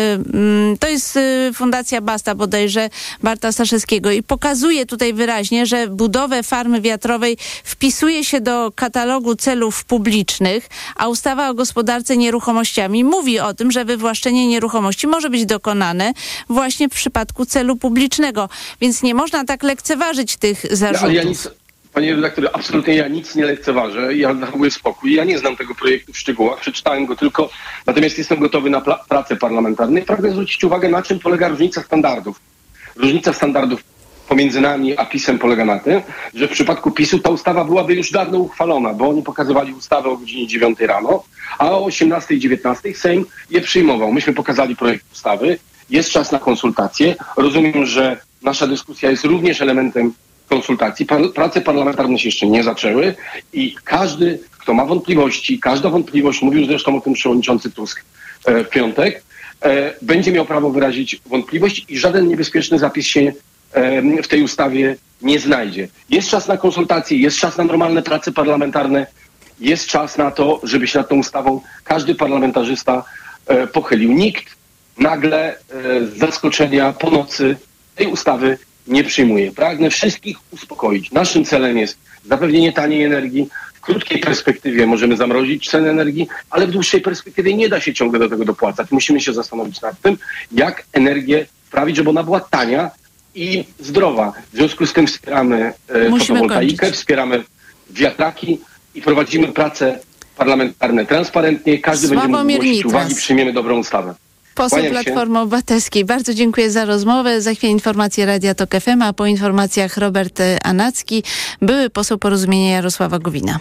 to jest Fundacja Basta bodajże Barta Staszewskiego i pokazuje tutaj wyraźnie, że budowę farmy wiatrowej wpisuje się do katalogu celów publicznych, a ustawa o gospodarce nieruchomościami mówi o tym, że wywłaszczenie nieruchomości może być dokonane właśnie w przypadku celu publicznego. Więc nie można tak lekceważyć tych zarzutów. Ale ja nic... Panie redaktorze, absolutnie ja nic nie lekceważę, ja zachowuję spokój. Ja nie znam tego projektu w szczegółach, przeczytałem go tylko, natomiast jestem gotowy na pla- pracę parlamentarną. Pragnę zwrócić uwagę, na czym polega różnica standardów. Różnica standardów pomiędzy nami a PiS-em polega na tym, że w przypadku PiS-u ta ustawa byłaby już dawno uchwalona, bo oni pokazywali ustawę o godzinie dziewiątej rano, a o osiemnastej i dziewiętnastej Sejm je przyjmował. Myśmy pokazali projekt ustawy, jest czas na konsultacje. Rozumiem, że nasza dyskusja jest również elementem konsultacji. Prace parlamentarne się jeszcze nie zaczęły i każdy, kto ma wątpliwości, każda wątpliwość, mówił zresztą o tym przewodniczący Tusk w piątek, będzie miał prawo wyrazić wątpliwość i żaden niebezpieczny zapis się w tej ustawie nie znajdzie. Jest czas na konsultacje, jest czas na normalne prace parlamentarne, jest czas na to, żeby się nad tą ustawą każdy parlamentarzysta pochylił. Nikt nagle z zaskoczenia po nocy tej ustawy nie przyjmuje. Pragnę wszystkich uspokoić. Naszym celem jest zapewnienie taniej energii. W krótkiej perspektywie możemy zamrozić cenę energii, ale w dłuższej perspektywie nie da się ciągle do tego dopłacać. Musimy się zastanowić nad tym, jak energię sprawić, żeby ona była tania i zdrowa. W związku z tym wspieramy e, fotowoltaikę, kończyć. wspieramy wiatraki i prowadzimy prace parlamentarne transparentnie. Każdy Sławomir będzie mógł głosić Nitras. uwagi, przyjmiemy dobrą ustawę. Poseł Kłaniam Platformy się. Obywatelskiej. Bardzo dziękuję za rozmowę. Za chwilę informacje Radia Tok F M, a po informacjach Robert Anacki, były poseł Porozumienia Jarosława Gowina.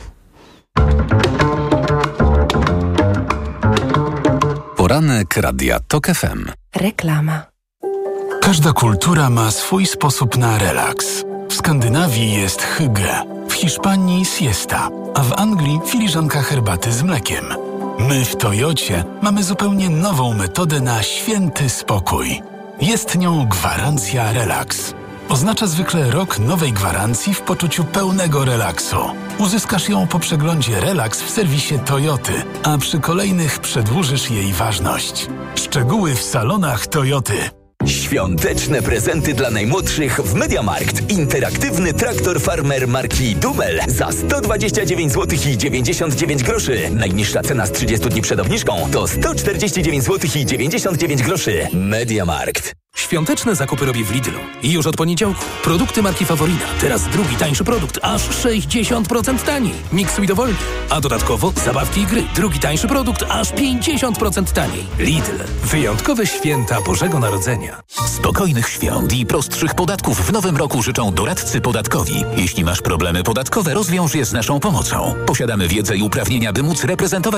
Poranek Radia Tok F M. Reklama. Każda kultura ma swój sposób na relaks. W Skandynawii jest hygge, w Hiszpanii siesta, a w Anglii filiżanka herbaty z mlekiem. My w Toyocie mamy zupełnie nową metodę na święty spokój. Jest nią gwarancja relaks. Oznacza zwykle rok nowej gwarancji w poczuciu pełnego relaksu. Uzyskasz ją po przeglądzie Relaks w serwisie Toyoty, a przy kolejnych przedłużysz jej ważność. Szczegóły w salonach Toyoty. Świąteczne prezenty dla najmłodszych w MediaMarkt. Interaktywny traktor farmer marki Dumel za sto dwadzieścia dziewięć złotych i dziewięćdziesiąt dziewięć groszy. Najniższa cena z trzydziestu dni przed obniżką to sto czterdzieści dziewięć złotych i dziewięćdziesiąt dziewięć groszy. MediaMarkt. Świąteczne zakupy robię w Lidlu. I już od poniedziałku. Produkty marki Favorina. Teraz drugi tańszy produkt. Aż sześćdziesiąt procent taniej. Miksuj dowolnie. A dodatkowo zabawki i gry. Drugi tańszy produkt. Aż pięćdziesiąt procent taniej. Lidl. Wyjątkowe święta Bożego Narodzenia. Spokojnych świąt i prostszych podatków w nowym roku życzą doradcy podatkowi. Jeśli masz problemy podatkowe, rozwiąż je z naszą pomocą. Posiadamy wiedzę i uprawnienia, by móc reprezentować